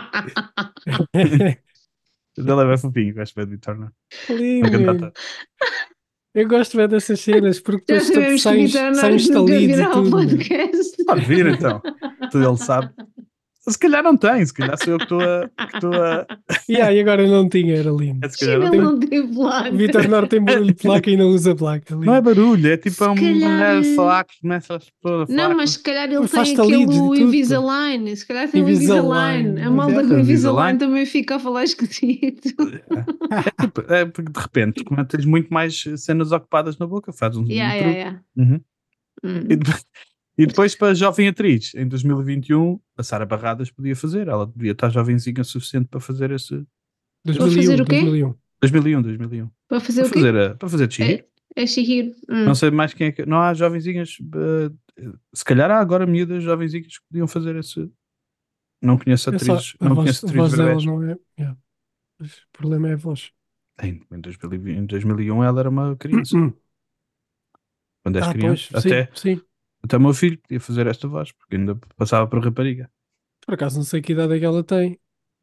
Speaker 1: Ele é bem fofinho, gosto bem de Vitor Norte.
Speaker 6: Lindo,
Speaker 1: Uma
Speaker 6: mesmo.
Speaker 1: cantata.
Speaker 6: Eu gosto bem dessas cenas, porque
Speaker 7: Já
Speaker 6: depois
Speaker 7: sabemos que o
Speaker 6: saem
Speaker 7: Vitor
Speaker 6: uns
Speaker 7: Norte nunca
Speaker 6: estalidos e
Speaker 7: virá ao
Speaker 6: tudo.
Speaker 7: podcast.
Speaker 1: Pode vir então, tudo ele sabe. Se calhar não tem, se calhar sou eu que estou a...
Speaker 6: E agora não tinha, era lindo.
Speaker 1: Se calhar
Speaker 7: Ele
Speaker 1: não tem.
Speaker 7: não tem placa.
Speaker 6: O Vitor Norte tem barulho de placa e não usa placa.
Speaker 1: Não é barulho, é tipo
Speaker 7: Se
Speaker 1: um
Speaker 7: calhar-
Speaker 1: mulher falar que começa a falar.
Speaker 7: Não, mas se calhar ele
Speaker 6: Faz
Speaker 7: tem
Speaker 6: talidos e
Speaker 7: aquele
Speaker 6: tudo.
Speaker 7: Invisalign. Se calhar tem um
Speaker 6: Invisalign.
Speaker 7: Invisalign. A malda
Speaker 1: É,
Speaker 7: com
Speaker 1: o
Speaker 7: Invisalign
Speaker 1: Invisalign.
Speaker 7: também fica a falar esquisito.
Speaker 1: É porque de repente, como tens muito mais cenas ocupadas na boca, faz um truque.
Speaker 7: Yeah.
Speaker 1: Uhum.
Speaker 7: Hum.
Speaker 1: E depois para a jovem atriz, em 2021, a Sara Barradas podia fazer. Ela devia estar jovenzinha o suficiente para fazer esse...
Speaker 6: 2001,
Speaker 7: fazer o quê?
Speaker 6: 2001.
Speaker 1: 2001.
Speaker 7: Para fazer
Speaker 1: Para
Speaker 7: o quê?
Speaker 1: fazer, para fazer de Chihiro.
Speaker 7: É Shihiro.
Speaker 1: Não sei mais quem é que... Não há jovenzinhas... se calhar há agora miúdas jovenzinhas que podiam fazer esse... Não conheço atrizes,
Speaker 6: A
Speaker 1: não
Speaker 6: voz,
Speaker 1: conheço
Speaker 6: a
Speaker 1: atrizes
Speaker 6: voz dela
Speaker 1: verbais.
Speaker 6: não é. Mas o problema é a voz.
Speaker 1: Em 2001 ela era uma criança. Quando és
Speaker 6: Pois,
Speaker 1: criança, até
Speaker 6: sim.
Speaker 1: Até o meu filho podia fazer esta voz, porque ainda passava por rapariga.
Speaker 6: Por acaso não sei que idade é que ela tem.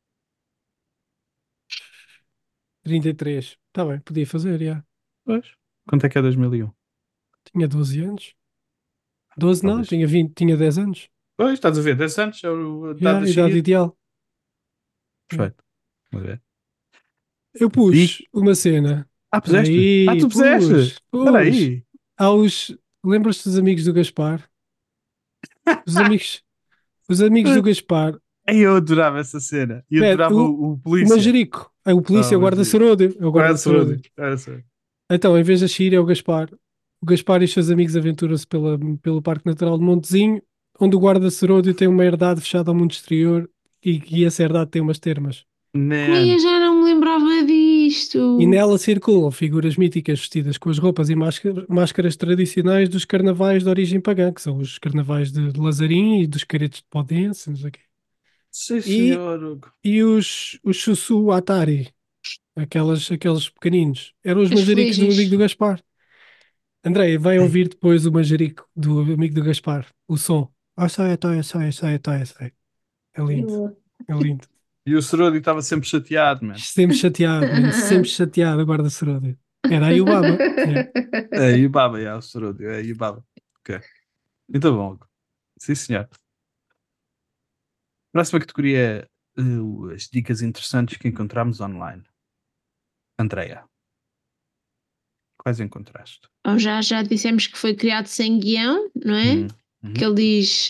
Speaker 6: 33. Está bem, podia fazer, já.
Speaker 1: Pois. Quanto é que é 2001?
Speaker 6: Tinha 12 anos. 12 não,
Speaker 1: Talvez.
Speaker 6: tinha 20, tinha 10 anos.
Speaker 1: Pois, estás a ver, 10 anos é a idade
Speaker 6: Já,
Speaker 1: da
Speaker 6: idade
Speaker 1: Shia.
Speaker 6: ideal.
Speaker 1: Perfeito. Vamos ver.
Speaker 6: Eu
Speaker 1: E?
Speaker 6: pus uma cena. Espera
Speaker 1: Puseste?
Speaker 6: aí,
Speaker 1: Tu puseste? Espera
Speaker 6: pus.
Speaker 1: aí.
Speaker 6: Lembras-te dos amigos do Gaspar? Os amigos, os amigos do Gaspar.
Speaker 1: Ai, eu adorava essa cena. E
Speaker 6: Pera,
Speaker 1: adorava o
Speaker 6: o
Speaker 1: polícia.
Speaker 6: Manjerico. É o polícia, é o
Speaker 1: Mas
Speaker 6: guarda-seródio. É o
Speaker 1: quase
Speaker 6: guarda-seródio.
Speaker 1: Quase.
Speaker 6: Então, em vez da Shira, é o Gaspar. O Gaspar e os seus amigos aventuram-se pelo Parque Natural de Montezinho, onde o guarda-seródio tem uma herdade fechada ao mundo exterior e essa herdade tem umas termas.
Speaker 7: Ai, eu
Speaker 1: Man.
Speaker 7: já não me lembrava disto.
Speaker 6: E nela circulam figuras míticas vestidas com as roupas e máscaras tradicionais dos carnavais de origem pagã, que são os carnavais de Lazarim e dos caretos de Podense, não sei o quê.
Speaker 1: Sim,
Speaker 6: E,
Speaker 1: senhor. Hugo.
Speaker 6: e os Sussu Atari, aqueles pequeninos, eram os
Speaker 7: Os
Speaker 6: manjericos do amigo do
Speaker 7: felizes.
Speaker 6: Gaspar. André, vai
Speaker 1: Ai,
Speaker 6: ouvir depois o manjerico do amigo do Gaspar, o som. Ah, sai. É lindo, é lindo.
Speaker 1: e o Sorodi estava sempre chateado, man.
Speaker 6: Sempre chateado, man, sempre chateado, agora da Seródia. Era aí o Baba. Yeah.
Speaker 1: Aí baba, o Sorodi. Aí baba. Ok. Muito bom, Hugo. Sim, senhor. Próxima categoria é as dicas interessantes que encontramos online. Andreia, quais encontraste?
Speaker 7: Já dissemos que foi criado sem guião, não é? Que ele diz.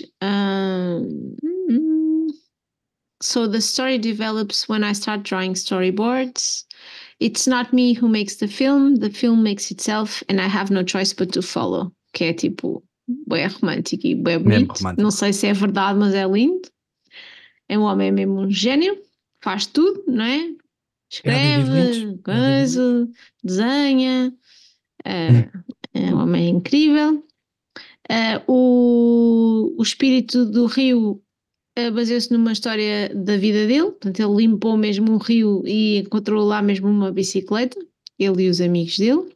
Speaker 7: So the story develops when I start drawing storyboards. It's not me who makes the film makes itself, and I have no choice but to follow. Que é tipo, bem romântico e bem
Speaker 1: Mesmo
Speaker 7: bonito.
Speaker 1: romântico.
Speaker 7: Não sei se é verdade, mas é lindo. É um homem mesmo um gênio, faz tudo, não é?
Speaker 6: David Lynch.
Speaker 7: Escreve, coisa, desenha, é um homem incrível. O espírito do rio baseou-se numa história da vida dele, portanto ele limpou mesmo um rio e encontrou lá mesmo uma bicicleta, ele e os amigos dele.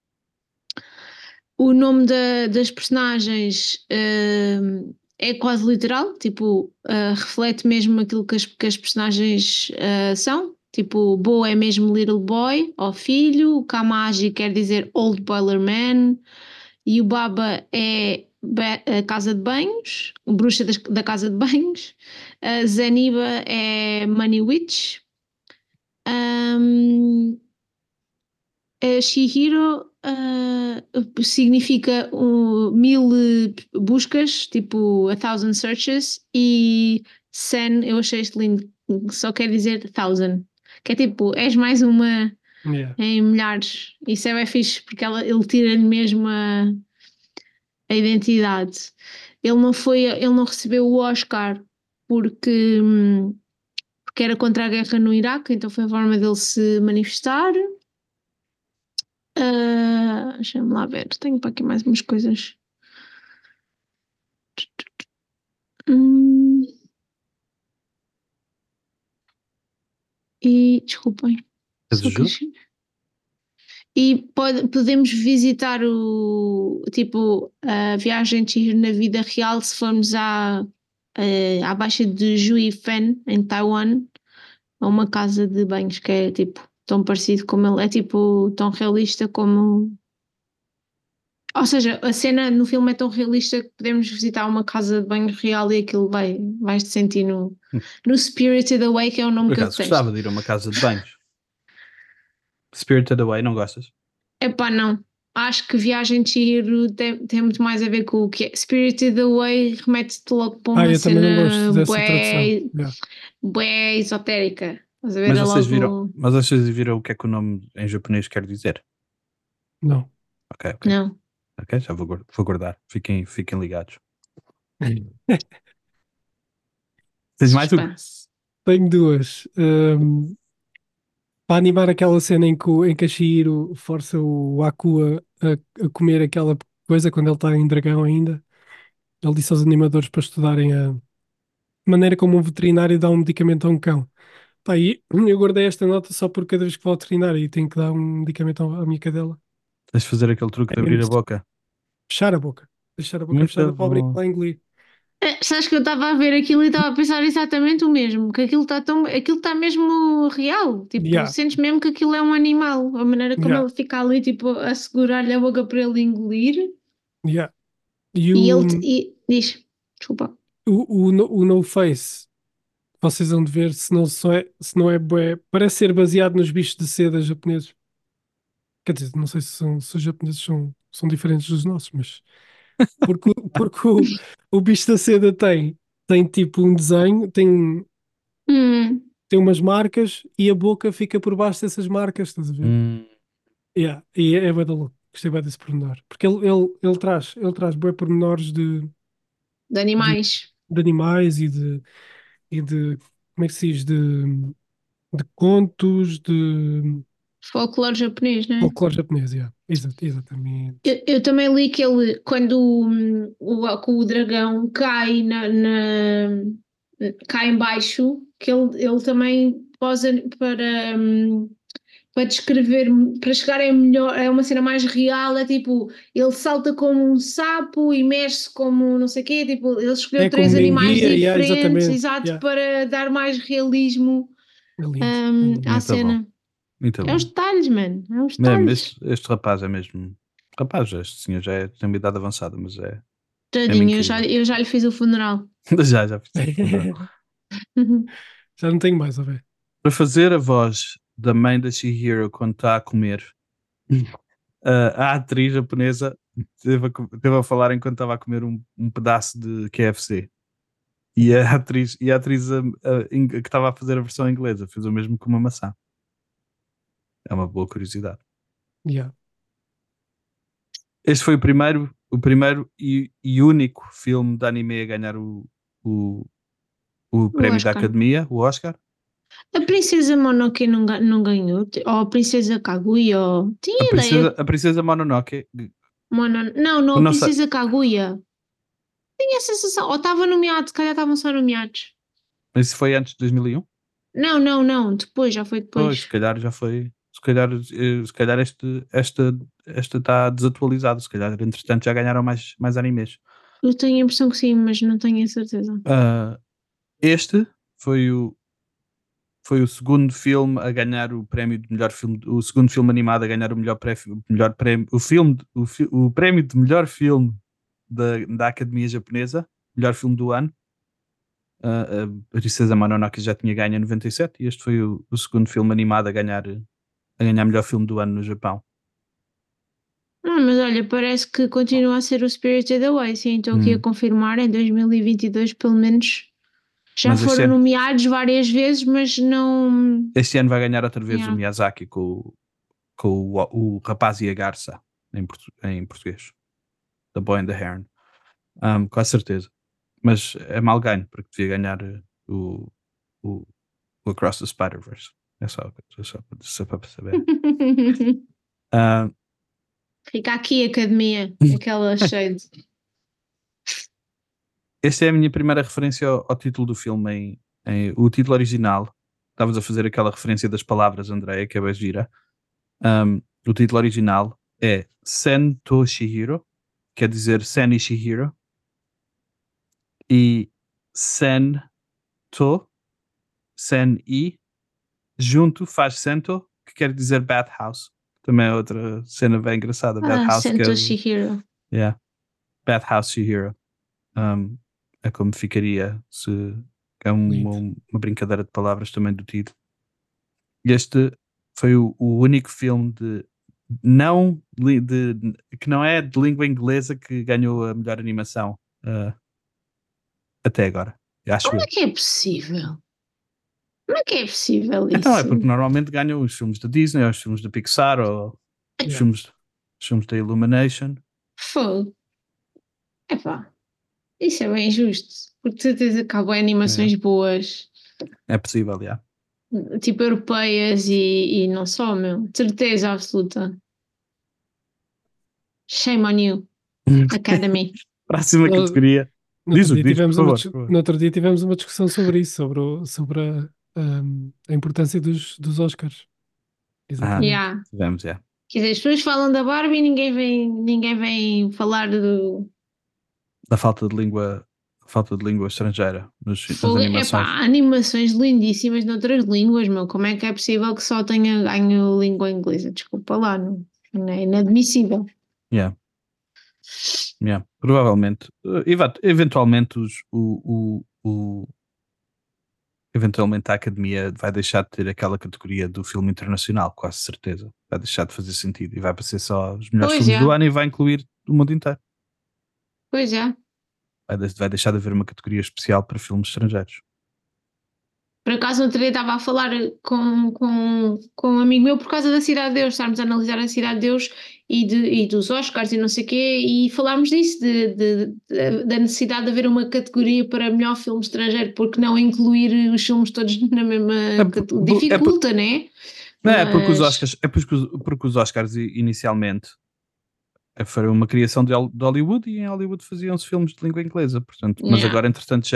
Speaker 7: O nome das personagens é quase literal, tipo, reflete mesmo aquilo que as personagens são. Tipo, Bo é mesmo Little Boy, ou filho, o Kamaji quer dizer Old Boiler Man, e o Baba é a casa de banhos, bruxa da casa de banhos, a Zeniba é Money Witch, a Shihiro significa 1000 buscas, tipo 1000 searches, e Sen, eu achei isto lindo, só quer dizer 1000, que é tipo, és mais uma
Speaker 6: Yeah.
Speaker 7: em milhares. Isso é bem fixe, porque ele tira-lhe mesmo a identidade. Ele não recebeu o Oscar porque, porque era contra a guerra no Iraque, então foi a forma dele se manifestar. Deixa-me lá ver, tenho para aqui mais umas coisas. E desculpem.
Speaker 1: És o Ju?
Speaker 7: E podemos visitar a viagem de Chihiro na vida real se formos à Baixa de Juifen, em Taiwan, a uma casa de banhos que é tipo tão parecido como ele, é tipo tão realista como. Ou seja, a cena no filme é tão realista que podemos visitar uma casa de banho real e aquilo vais te sentir no Spirited Away, que é o nome
Speaker 1: Por
Speaker 7: que eu
Speaker 1: acaso,
Speaker 7: detesto.
Speaker 1: gostava de ir a uma casa de banhos. Spirited Away, não gostas?
Speaker 7: Epá, não. Acho que Viagem de Chihiro tem muito mais a ver com o que é. Spirited Away remete-te logo para uma
Speaker 6: Eu também não gosto
Speaker 7: cena
Speaker 6: dessa tradução. Yeah.
Speaker 7: bué esotérica. Estás a ver?
Speaker 1: Mas
Speaker 7: É
Speaker 1: vocês
Speaker 7: logo...
Speaker 1: viram o que é que o nome em japonês quer dizer?
Speaker 6: Não.
Speaker 1: Ok.
Speaker 7: Não.
Speaker 1: Ok, já vou guardar. Fiquem ligados. Tens mais um?
Speaker 7: Suspense.
Speaker 6: Tenho duas. Para animar aquela cena em que a Shihiro força o Aku a comer aquela coisa quando ele está em dragão ainda. Ele disse aos animadores para estudarem a maneira como um veterinário dá um medicamento a um cão. Pá, e eu guardei esta nota só por cada vez que vou ao veterinário e tenho que dar um medicamento à minha cadela.
Speaker 1: Tens de fazer aquele truque de
Speaker 6: É
Speaker 1: abrir a
Speaker 6: mesmo
Speaker 1: boca.
Speaker 6: fechar a boca. Deixar a boca
Speaker 1: Muito
Speaker 6: fechada para abrir
Speaker 1: bom.
Speaker 6: para engolir.
Speaker 7: Sabes que eu estava a ver aquilo e estava a pensar exatamente o mesmo, que aquilo está mesmo real, tipo,
Speaker 6: Yeah,
Speaker 7: sentes mesmo que aquilo é um animal, a maneira como
Speaker 6: yeah,
Speaker 7: ele fica ali, tipo, a segurar-lhe a boca para ele engolir,
Speaker 6: yeah. E
Speaker 7: e diz, desculpa.
Speaker 6: o No Face, vocês vão de ver se não é bué, parece ser baseado nos bichos de seda japoneses. Quer dizer, não sei se os japoneses são diferentes dos nossos, mas porque o bicho da seda tem tipo um desenho,
Speaker 7: Hum,
Speaker 6: tem umas marcas e a boca fica por baixo dessas marcas, estás a ver?
Speaker 1: Hum,
Speaker 6: Yeah, e é bué da louco. Gostei bem desse pormenor. Porque ele traz bué pormenores
Speaker 7: de
Speaker 6: de,
Speaker 7: animais,
Speaker 6: de animais e de, como é que se diz? De contos, de
Speaker 7: folclore japonês, né?
Speaker 6: folclore japonês, yeah. Exatamente.
Speaker 7: Eu também li que ele, quando o dragão cai cai em baixo, que ele também posa para descrever, para chegar a uma cena mais real, é tipo, ele salta como um sapo e mexe-se como não sei o quê, tipo, ele escolheu
Speaker 6: É como
Speaker 7: três
Speaker 6: me
Speaker 7: animais
Speaker 6: enguia, yeah,
Speaker 7: diferentes,
Speaker 6: exatamente.
Speaker 7: exato,
Speaker 6: Yeah.
Speaker 7: para dar mais realismo,
Speaker 6: É lindo, é lindo.
Speaker 7: à
Speaker 1: muito bom.
Speaker 7: cena.
Speaker 1: Muito
Speaker 7: É os
Speaker 1: bom.
Speaker 7: detalhes, mano, é os
Speaker 1: Mesmo,
Speaker 7: detalhes.
Speaker 1: este rapaz é mesmo. Rapaz, este senhor já tem uma idade avançada, mas é mesmo
Speaker 7: Tadinho,
Speaker 1: incrível.
Speaker 7: eu já lhe fiz o funeral.
Speaker 1: Já fiz.
Speaker 6: Já não tenho mais a ver.
Speaker 1: Para fazer a voz da mãe da Chihiro quando está a comer, a atriz japonesa teve a falar enquanto estava a comer um pedaço de KFC. E a atriz que estava a fazer a versão inglesa fez o mesmo com uma maçã. É uma boa curiosidade.
Speaker 6: Yeah.
Speaker 1: Este foi o primeiro e único filme de anime a ganhar o prémio da
Speaker 7: Oscar.
Speaker 1: Academia, o Oscar.
Speaker 7: A Princesa Mononoke não ganhou, ou a Princesa Kaguya, ou... Tinha ideia.
Speaker 1: A Princesa Mononoke,
Speaker 7: Não, a
Speaker 1: não sei,
Speaker 7: Princesa Kaguya. Tinha a sensação, ou estava nomeado, se calhar estavam só nomeados.
Speaker 1: mas isso foi antes de 2001?
Speaker 7: Não, depois, já foi
Speaker 1: Pois,
Speaker 7: depois.
Speaker 1: se calhar já foi. Se calhar esta está desatualizada. Se calhar, entretanto, já ganharam mais animes.
Speaker 7: Eu tenho a impressão que sim, mas não tenho a certeza.
Speaker 1: Este foi o segundo filme a ganhar o prémio de melhor filme, o segundo filme animado a ganhar o melhor prémio, o prémio de melhor filme da Academia Japonesa, melhor filme do ano. A Princesa Mononoke já tinha ganho em 97 e este foi o segundo filme animado a ganhar melhor filme do ano no Japão.
Speaker 7: Mas olha, parece que continua a ser o Spirited Away, sim, estou aqui a confirmar, em 2022 pelo menos já
Speaker 1: Mas
Speaker 7: foram nomeados várias vezes, mas não...
Speaker 1: Este ano vai ganhar outra vez
Speaker 7: Yeah.
Speaker 1: o Miyazaki com o Rapaz e a Garça em português. The Boy and the Heron. Com certeza. Mas é mal ganho, porque devia ganhar o Across the Spider-Verse. É só para saber. Ah,
Speaker 7: Fica aqui a academia, aquela shade.
Speaker 1: Esta é a minha primeira referência ao título do filme. O título original, estavas a fazer aquela referência das palavras, Andréia, que é bem gira. O título original é Sen to Shihiro, quer dizer Sen e Shihiro. E Sen e, junto faz Sento, que quer dizer Bathhouse. Também é outra cena bem engraçada. Bathhouse, que é
Speaker 7: Sento Shihiro.
Speaker 1: Yeah. Bathhouse Shihiro. É como ficaria se é uma brincadeira de palavras também do título. Este foi o único filme que não é de língua inglesa que ganhou a melhor animação até agora. Acho
Speaker 7: Como
Speaker 1: eu.
Speaker 7: é que é possível? Como é que é possível isso?
Speaker 1: Então é porque normalmente ganham os filmes da Disney, ou os filmes da Pixar, ou os filmes da Illumination.
Speaker 7: Fogo. Epá, isso é bem injusto. Porque de certeza que há boas animações boas,
Speaker 1: É possível, já.
Speaker 7: tipo europeias e não só, meu. De certeza absoluta. Shame on you, Academy.
Speaker 1: Próxima categoria.
Speaker 6: No
Speaker 1: Diz
Speaker 6: outro
Speaker 1: o
Speaker 6: dia
Speaker 1: que diz, por favor.
Speaker 6: no outro dia tivemos uma discussão sobre isso, sobre a importância dos Oscars. Exatamente.
Speaker 7: Yeah.
Speaker 1: Tivemos, já.
Speaker 7: Quer dizer, as pessoas falam da Barbie e ninguém vem falar
Speaker 1: da falta de língua estrangeira nas
Speaker 7: Fogo,
Speaker 1: animações.
Speaker 7: epá, animações lindíssimas noutras línguas, meu. Como é que é possível que só tenha ganho língua inglesa? Desculpa lá, não é inadmissível.
Speaker 1: Yeah. Yeah. Provavelmente. Eventualmente eventualmente a Academia vai deixar de ter aquela categoria do filme internacional, quase certeza. Vai deixar de fazer sentido e vai aparecer só os melhores
Speaker 7: Pois
Speaker 1: filmes
Speaker 7: é.
Speaker 1: do ano e vai incluir o mundo inteiro.
Speaker 7: Pois é.
Speaker 1: Vai deixar de haver uma categoria especial para filmes estrangeiros.
Speaker 7: Por acaso, no outro dia estava a falar com um amigo meu por causa da Cidade de Deus, estarmos a analisar a Cidade de Deus e dos Oscars e não sei o quê, e falámos disso, da necessidade de haver uma categoria para melhor filme estrangeiro, porque não incluir os filmes todos na mesma dificulta, né?
Speaker 1: Não é porque os
Speaker 7: Mas-
Speaker 1: Oscars, porque os Oscars inicialmente foram uma criação de Hollywood e em Hollywood faziam-se filmes de língua inglesa, portanto, mas
Speaker 7: Yeah.
Speaker 1: agora entretanto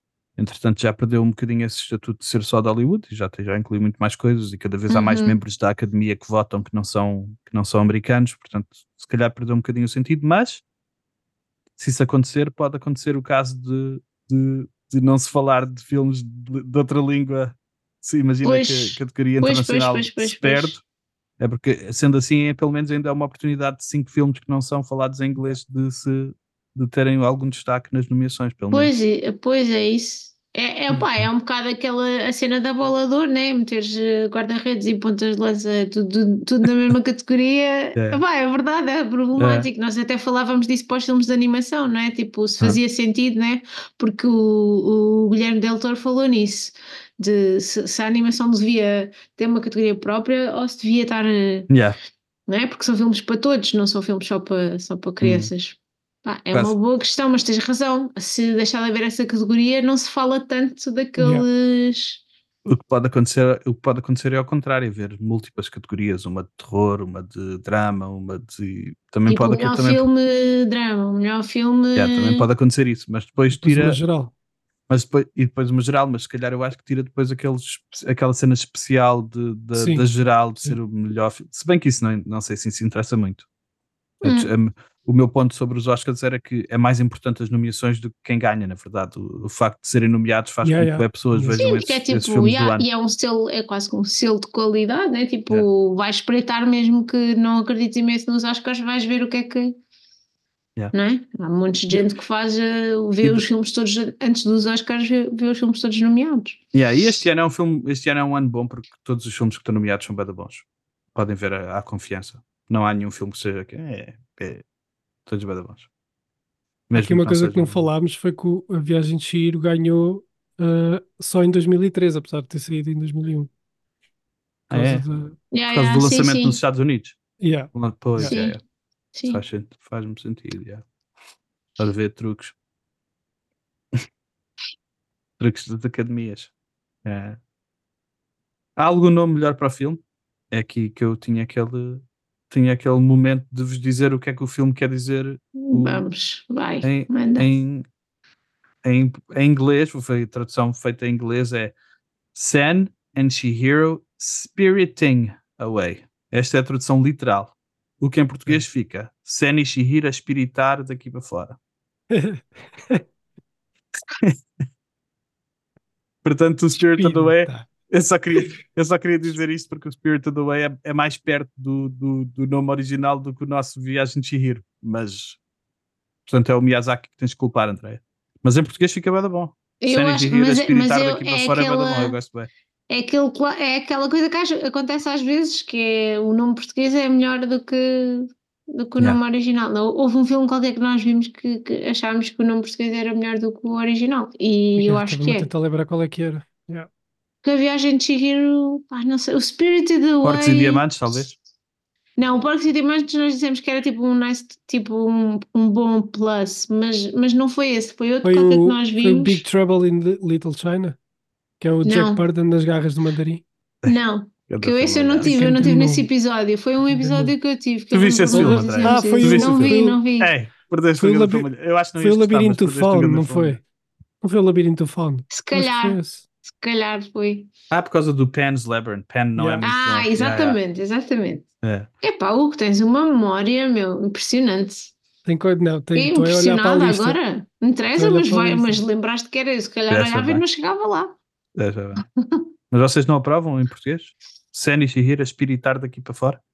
Speaker 1: já perdeu um bocadinho esse estatuto de ser só de Hollywood e já inclui muito mais coisas e cada vez há mais
Speaker 7: Uhum.
Speaker 1: membros da Academia que votam que não são americanos, portanto se calhar perdeu um bocadinho o sentido, mas se isso acontecer, pode acontecer o caso de não se falar de filmes de outra língua. Se imagina
Speaker 7: Pois.
Speaker 1: que a categoria
Speaker 7: Pois,
Speaker 1: internacional
Speaker 7: pois,
Speaker 1: se perde, é porque sendo assim, pelo menos ainda é uma oportunidade de 5 filmes que não são falados em inglês de terem algum destaque nas nomeações, pelo menos.
Speaker 7: Pois é isso. Pá, é um bocado a cena da bola de ouro, né? Meteres guarda-redes e pontas de lança, tudo na mesma categoria.
Speaker 1: É.
Speaker 7: Pá, é verdade, é problemático. Nós até falávamos disso para os filmes de animação, não é? Tipo, se fazia sentido, né? Porque o Guilherme Del Toro falou nisso, de se a animação devia ter uma categoria própria ou se devia estar,
Speaker 1: Yeah.
Speaker 7: não é? Porque são filmes para todos, não são filmes só para crianças. Pá, é
Speaker 1: Quase.
Speaker 7: uma boa questão, mas tens razão. Se deixar de haver essa categoria, não se fala tanto daqueles.
Speaker 1: O que pode acontecer é ao contrário, haver múltiplas categorias, uma de terror, uma de drama, uma de. Também
Speaker 7: Tipo, o
Speaker 1: pode
Speaker 7: melhor
Speaker 1: também,
Speaker 7: filme drama, o melhor filme.
Speaker 1: também pode acontecer isso, mas depois
Speaker 6: Depois uma
Speaker 1: tira.
Speaker 6: geral.
Speaker 1: Depois uma geral, mas se calhar eu acho que tira depois aquela cena especial
Speaker 6: Sim,
Speaker 1: da geral de
Speaker 6: sim.
Speaker 1: ser o melhor filme. Se bem que isso não sei se isso interessa muito. O meu ponto sobre os Oscars era que é mais importante as nomeações do que quem ganha, na verdade. O facto de serem nomeados faz com que as pessoas vejam
Speaker 7: Sim,
Speaker 1: esses,
Speaker 7: porque é
Speaker 1: esses
Speaker 7: tipo,
Speaker 1: filmes do ano.
Speaker 7: e é um selo, é quase como um selo de qualidade, né? Tipo, vais espreitar mesmo que não acredites imenso nos Oscars, vais ver o que é que.
Speaker 1: Yeah.
Speaker 7: Não é? Há muita gente que vê os filmes todos antes dos Oscars, vê os filmes todos nomeados.
Speaker 1: E este ano é um ano bom porque todos os filmes que estão nomeados são bem bons. Podem ver à confiança. Não há nenhum filme que seja que todos bem bons.
Speaker 6: Aqui uma coisa que não falámos foi que A Viagem de Chihiro ganhou só em 2013, apesar de ter saído em 2001. Por causa
Speaker 1: Por causa do lançamento nos Estados Unidos.
Speaker 6: Yeah.
Speaker 1: Pois,
Speaker 7: Sim. Sim.
Speaker 1: Faz-me sentido. Estás a ver truques. Truques das academias. Há algum nome melhor para o filme? É aqui que eu tinha aquele momento de vos dizer o que é que o filme quer dizer.
Speaker 7: Vamos, vai, manda.
Speaker 1: Em inglês, a tradução feita em inglês é Sen and Chihiro Spiriting Away. Esta é a tradução literal. O que em português fica Sen e Chihiro a espiritar daqui para fora. Portanto, o Spirited Away, eu só queria dizer isto porque o Spirited Away é mais perto do nome original do que o nosso Viagem de Chihiro. Mas, portanto, é o Miyazaki que tens de culpar, André. Mas em português fica bem bom.
Speaker 7: Eu acho,
Speaker 1: Chihiro a espiritar
Speaker 7: mas
Speaker 1: daqui para fora é bem bom, eu gosto bem.
Speaker 7: É aquela coisa que acontece às vezes, que é o nome português é melhor do que o nome original. Não, houve um filme qualquer que nós vimos que achámos que o nome português era melhor do que o original. E eu acho que
Speaker 6: Estava a tentar lembrar qual é que era.
Speaker 7: Que A Viagem de Chihiro, não sei, o Spirited Away.
Speaker 1: Porcos e Diamantes, talvez?
Speaker 7: Não, o Porcos e Diamantes nós dissemos que era tipo um bom plus, mas não foi esse, foi outro qualquer que nós vimos.
Speaker 6: Foi o Big Trouble in Little China, que é o Jack Burden das garras do mandarim.
Speaker 7: Não, que eu não tive nesse episódio, foi um episódio que eu tive.
Speaker 1: Tu viste esse filme, André?
Speaker 7: Não vi.
Speaker 1: Foi
Speaker 6: o Labirinto do Fauno, não foi? Não foi o Labirinto do Fauno?
Speaker 7: Se calhar foi.
Speaker 1: Por causa do Pan's Labyrinth. Pan não é muito bom.
Speaker 7: Exatamente. Epá, Hugo, tens uma memória, meu, impressionante.
Speaker 6: Não, estou a olhar para a
Speaker 7: Impressionada
Speaker 6: lista.
Speaker 7: agora. Não interessa,
Speaker 6: Estou a olhar
Speaker 7: mas,
Speaker 6: para a
Speaker 7: vai,
Speaker 6: lista.
Speaker 7: mas lembraste que era isso. Se calhar
Speaker 1: Já
Speaker 7: olhava
Speaker 1: bem.
Speaker 7: e não chegava lá.
Speaker 1: Já bem. Mas vocês não aprovam em português? Seni Shihira espiritar daqui para fora?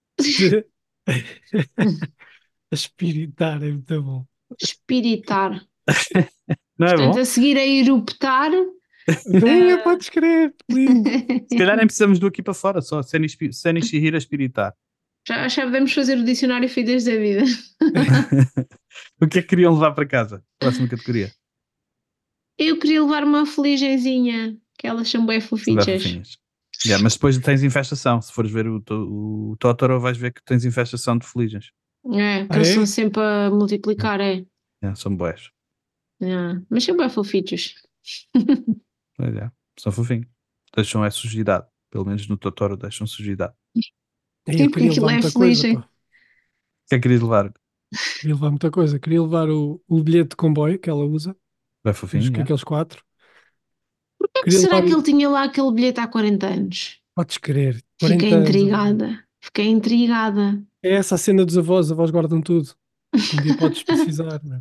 Speaker 6: Espiritar é muito bom.
Speaker 7: Espiritar.
Speaker 1: Não é
Speaker 7: Portanto,
Speaker 1: bom?
Speaker 7: a seguir a eruptar.
Speaker 6: Venha, podes crer, lindo.
Speaker 1: Se calhar nem precisamos do aqui para fora, só Seni Shihira espiritar.
Speaker 7: Já podemos fazer o dicionário Fidas da vida.
Speaker 1: O que é que queriam levar para casa? Próxima categoria.
Speaker 7: Eu queria levar uma feligenzinha, que elas são bem
Speaker 1: Levar
Speaker 7: fofichas.
Speaker 1: fofinhas. Yeah, mas depois tens infestação. Se fores ver o Totoro, vais ver que tens infestação de feligens.
Speaker 7: É, que
Speaker 6: Ah,
Speaker 7: eles
Speaker 6: é?
Speaker 7: são sempre a multiplicar, é.
Speaker 1: Yeah, são boés.
Speaker 7: É. Mas são bem fofichos.
Speaker 1: Pois é, são fofinhos. Deixam é sujidade. Pelo menos no Totoro deixam sujidade.
Speaker 6: Aí
Speaker 7: Sim,
Speaker 6: eu
Speaker 7: porque
Speaker 6: queria
Speaker 7: aquilo
Speaker 6: levar
Speaker 7: é
Speaker 6: muita coisa,
Speaker 7: feliz,
Speaker 6: pá.
Speaker 1: O que é que querias levar?
Speaker 6: Queria levar muita coisa. Queria levar o bilhete de comboio que ela usa,
Speaker 1: Bem fofinho, yeah.
Speaker 6: aqueles 4.
Speaker 7: Porquê que
Speaker 6: Queria
Speaker 7: será
Speaker 6: levar
Speaker 7: que
Speaker 6: o...
Speaker 7: ele tinha lá aquele bilhete há 40 anos?
Speaker 6: Podes crer.
Speaker 7: Fiquei
Speaker 6: 40 anos.
Speaker 7: intrigada. Fiquei intrigada.
Speaker 6: É essa a cena dos avós. Os avós guardam tudo. Um dia podes precisar, né?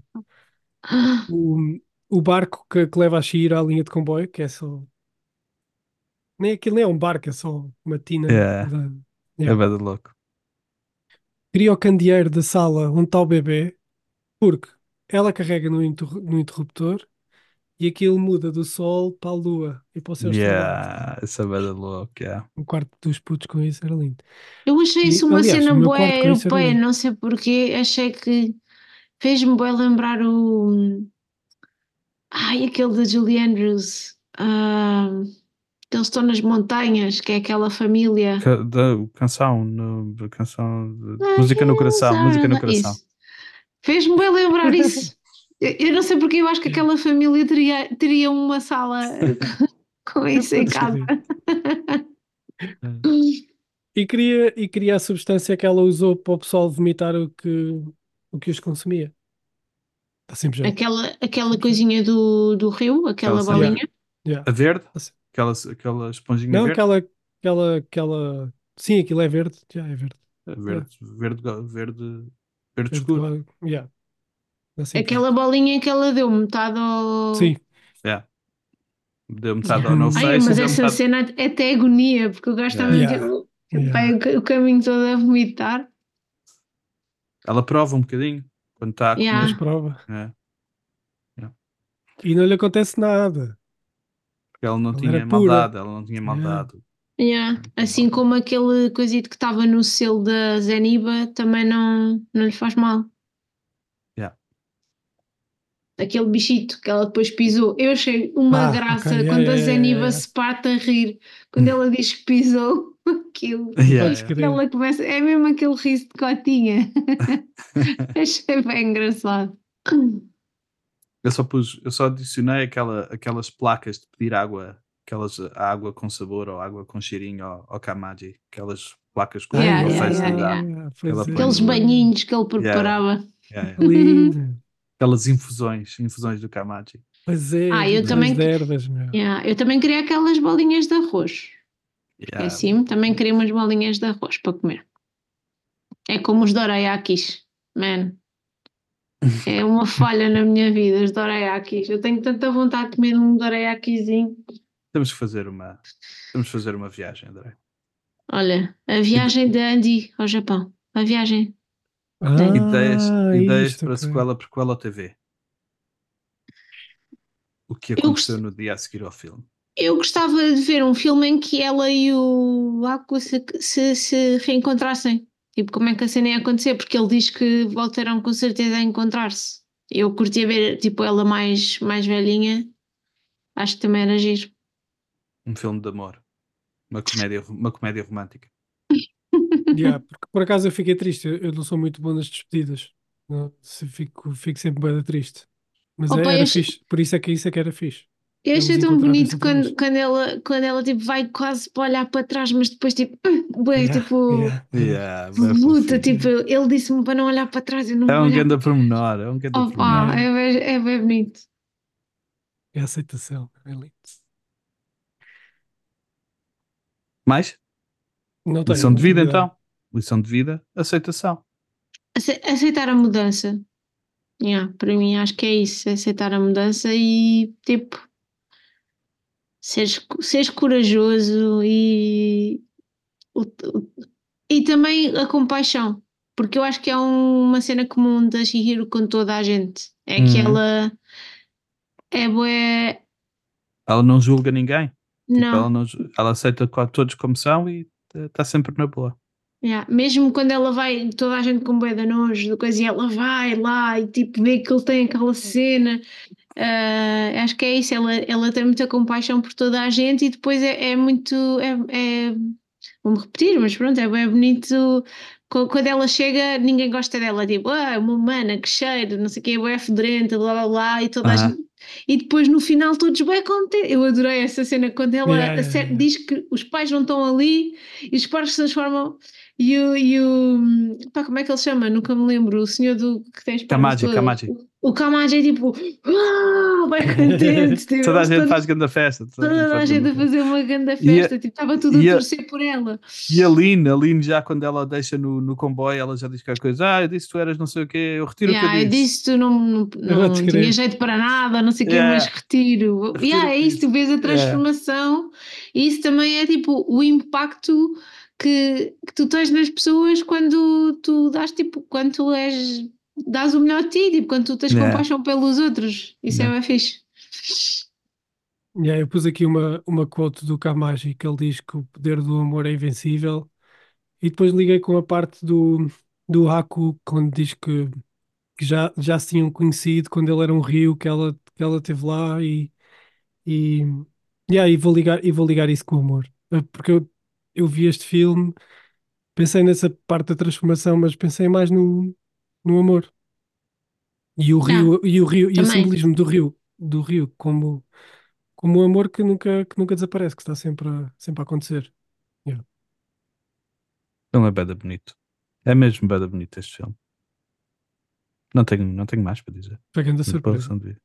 Speaker 6: O barco que leva a Shihira à linha de comboio, que é só... Nem aquilo nem é um barco, é só uma tina.
Speaker 1: Yeah. É
Speaker 6: Yeah.
Speaker 1: bem de louco.
Speaker 6: Queria o candeeiro da sala onde está o bebê, porque ela carrega no interruptor e aquilo muda do sol para a lua e para o céu estrelado.
Speaker 1: Yeah, isso é bem de louco. Yeah.
Speaker 6: Um quarto dos putos com isso era lindo.
Speaker 7: Eu achei
Speaker 6: E,
Speaker 7: isso uma
Speaker 6: aliás,
Speaker 7: cena
Speaker 6: o meu
Speaker 7: boa
Speaker 6: quarto com isso era
Speaker 7: europeia,
Speaker 6: lindo.
Speaker 7: não sei porquê. Achei que fez-me bem lembrar o. Ai, aquele da Julie Andrews. Que eles estão nas montanhas, que é aquela família.
Speaker 1: Canção, música no coração, música no coração.
Speaker 7: Isso. Fez-me bem lembrar isso. Eu não sei porque eu acho que aquela família teria uma sala com isso em casa.
Speaker 6: E queria a substância que ela usou para o pessoal vomitar o que os consumia. Está sempre jeito.
Speaker 7: Aquela coisinha do rio, aquela
Speaker 1: Aquela
Speaker 7: bolinha.
Speaker 6: Yeah.
Speaker 1: A verde?
Speaker 6: Assim.
Speaker 1: Aquela esponjinha
Speaker 6: Não,
Speaker 1: verde?
Speaker 6: aquela... Sim, aquilo é verde. Já é verde.
Speaker 1: Verde escuro.
Speaker 6: Yeah. Dá sempre
Speaker 7: Aquela bolinha que ela deu metade ao.
Speaker 6: jeito. Sim.
Speaker 1: Yeah. Deu metade ao No
Speaker 7: Ai,
Speaker 1: Face.
Speaker 7: mas
Speaker 1: deu
Speaker 7: essa
Speaker 1: metade...
Speaker 7: cena é até agonia, porque o gajo estava
Speaker 6: Yeah.
Speaker 7: o caminho todo a vomitar.
Speaker 1: Ela prova um bocadinho quando está a comer.
Speaker 7: Yeah.
Speaker 6: Mas prova.
Speaker 1: É,
Speaker 6: E não lhe acontece nada.
Speaker 1: porque ela não
Speaker 6: Ela
Speaker 1: tinha
Speaker 6: era pura.
Speaker 1: maldade. Ela não tinha maldade.
Speaker 7: Yeah. Assim como aquele coisito que estava no selo da Zeniba também não lhe faz mal.
Speaker 1: Yeah.
Speaker 7: Aquele bichito que ela depois pisou. Eu achei uma graça
Speaker 6: ok.
Speaker 7: quando
Speaker 6: Yeah,
Speaker 7: a
Speaker 6: yeah,
Speaker 7: Zeniba
Speaker 6: yeah.
Speaker 7: se parte a rir, quando ela diz que pisou aquilo.
Speaker 1: Yeah,
Speaker 7: E ela começa, é mesmo aquele riso de cotinha. Achei bem engraçado.
Speaker 1: Eu só adicionei aquelas placas de pedir água, água com sabor ou água com cheirinho ao Kamaji, aquelas placas com
Speaker 7: Yeah,
Speaker 1: o
Speaker 7: yeah,
Speaker 1: face lhe
Speaker 7: yeah,
Speaker 1: dá.
Speaker 6: Pois é.
Speaker 7: Aqueles banhinhos que ele preparava.
Speaker 1: Yeah.
Speaker 6: Lindo.
Speaker 1: Aquelas infusões do Kamaji.
Speaker 6: Pois é.
Speaker 7: Eu
Speaker 6: infusões
Speaker 7: também-
Speaker 6: de ervas, meu.
Speaker 7: Eu também queria aquelas bolinhas de arroz.
Speaker 1: Yeah.
Speaker 7: Assim, também queria umas bolinhas de arroz para comer. É como os dorayakis, man. É uma falha na minha vida, os dorayakis. Eu tenho tanta vontade de comer um dorayakizinho.
Speaker 1: Temos que fazer uma viagem, André.
Speaker 7: Olha, a viagem de Andy ao Japão. A viagem.
Speaker 1: Ideias
Speaker 6: isto,
Speaker 1: para
Speaker 6: ok.
Speaker 1: sequela ou TV. O que
Speaker 7: Eu
Speaker 1: aconteceu no dia a seguir ao filme?
Speaker 7: Eu gostava de ver um filme em que ela e o Aku se reencontrassem. Tipo, como é que a cena ia acontecer? Porque ele diz que voltarão com certeza a encontrar-se. Eu curtia ver, tipo, ela mais velhinha. Acho que também era giro.
Speaker 1: Um filme de amor. Uma comédia romântica.
Speaker 6: Yeah, porque por acaso eu fiquei triste. Eu não sou muito bom nas despedidas. Não, fico sempre bem triste. Mas
Speaker 7: Opa,
Speaker 6: era
Speaker 7: eu-
Speaker 6: fixe. Por isso é que era fixe.
Speaker 7: Eu achei
Speaker 6: Eles
Speaker 7: tão
Speaker 6: encontrarem-se
Speaker 7: bonito
Speaker 6: outra vez.
Speaker 7: quando ela tipo, vai quase para olhar para trás, mas depois tipo, bué,
Speaker 6: Yeah,
Speaker 7: tipo,
Speaker 6: yeah.
Speaker 1: Bem
Speaker 7: luta,
Speaker 1: fofinho.
Speaker 7: tipo, ele disse-me para não olhar para trás, eu não
Speaker 1: É
Speaker 7: vou
Speaker 1: um
Speaker 7: olhar.
Speaker 1: grande pormenor. É um grande
Speaker 7: Opa,
Speaker 1: pormenor.
Speaker 7: é bem bonito.
Speaker 6: É a aceitação. É lindo.
Speaker 1: Mais?
Speaker 6: Não tenho,
Speaker 1: Lição de vida,
Speaker 6: não tenho
Speaker 1: então. Lição de vida, aceitação.
Speaker 7: Aceitar a mudança. Yeah, para mim acho que é isso, é aceitar a mudança e tipo, seres corajoso o- e também a compaixão, porque eu acho que é uma cena comum da Chihiro com toda a gente, é que
Speaker 1: Uhum.
Speaker 7: ela é bué,
Speaker 1: Ela não julga ninguém. Tipo,
Speaker 7: não.
Speaker 1: ela aceita todos como são e está sempre na boa.
Speaker 7: Yeah. Mesmo quando ela vai, toda a gente com bué de nojo, da coisa, e ela vai lá e tipo vê que ele tem aquela cena. Acho que é isso, ela tem muita compaixão por toda a gente e depois é muito. Vou-me repetir, mas pronto, é bem bonito. Quando ela chega, ninguém gosta dela, tipo, uma humana, que cheiro, não sei o que, é fedorenta, blá blá blá, e toda a
Speaker 1: Aham.
Speaker 7: gente. E depois no final todos bem contentes. Eu adorei essa cena quando ela
Speaker 6: Yeah, yeah, yeah.
Speaker 7: diz que os pais não estão ali e os pais se transformam. Pá, como é que ele chama? Nunca me lembro. O senhor que tem as pernas
Speaker 1: Kamaji,
Speaker 7: todas.
Speaker 1: Kamaji.
Speaker 7: O Kamaji é tipo, bem contente, tipo,
Speaker 1: Toda a
Speaker 7: eles
Speaker 1: gente
Speaker 7: todos,
Speaker 1: faz grande festa.
Speaker 7: toda a gente a fazer uma grande
Speaker 1: E a,
Speaker 7: festa, tipo, estava tudo a
Speaker 1: e a,
Speaker 7: torcer por ela.
Speaker 1: e a Lynn já quando ela deixa no comboio, ela já diz qualquer coisa. Eu disse que tu eras não sei o quê, eu retiro o que eu
Speaker 7: Yeah, eu
Speaker 1: disse.
Speaker 7: disse tu
Speaker 6: Eu vou te
Speaker 7: não tinha
Speaker 6: crer.
Speaker 7: jeito para nada, não sei o quê, mas
Speaker 1: Yeah,
Speaker 7: retiro.
Speaker 1: retiro
Speaker 7: Yeah,
Speaker 1: o
Speaker 7: é
Speaker 1: que
Speaker 7: isso, tu
Speaker 1: disse.
Speaker 7: vês a
Speaker 1: Yeah.
Speaker 7: transformação e isso também é tipo o impacto que tu tens nas pessoas quando tu dás tipo, quando tu dás o melhor de ti, tipo, quando tu tens
Speaker 1: Yeah.
Speaker 7: compaixão pelos outros. Isso
Speaker 1: Yeah.
Speaker 7: é bem fixe.
Speaker 6: Yeah, eu pus aqui uma quote do Kamaji que ele diz que o poder do amor é invencível. E depois liguei com a parte do Haku, quando diz que já se tinham conhecido quando ele era um rio, que ela esteve lá e, yeah, e vou ligar isso com o amor. Porque eu vi este filme, pensei nessa parte da transformação, mas pensei mais no amor.
Speaker 7: Ah,
Speaker 6: E o
Speaker 7: também.
Speaker 6: simbolismo do rio como o amor que nunca desaparece, que está sempre a acontecer. Yeah.
Speaker 1: Ele é bada bonito. É mesmo bada bonito este filme. Não tenho mais para dizer.
Speaker 6: Foi grande
Speaker 1: Muito boa
Speaker 6: surpresa.
Speaker 1: lição de vida.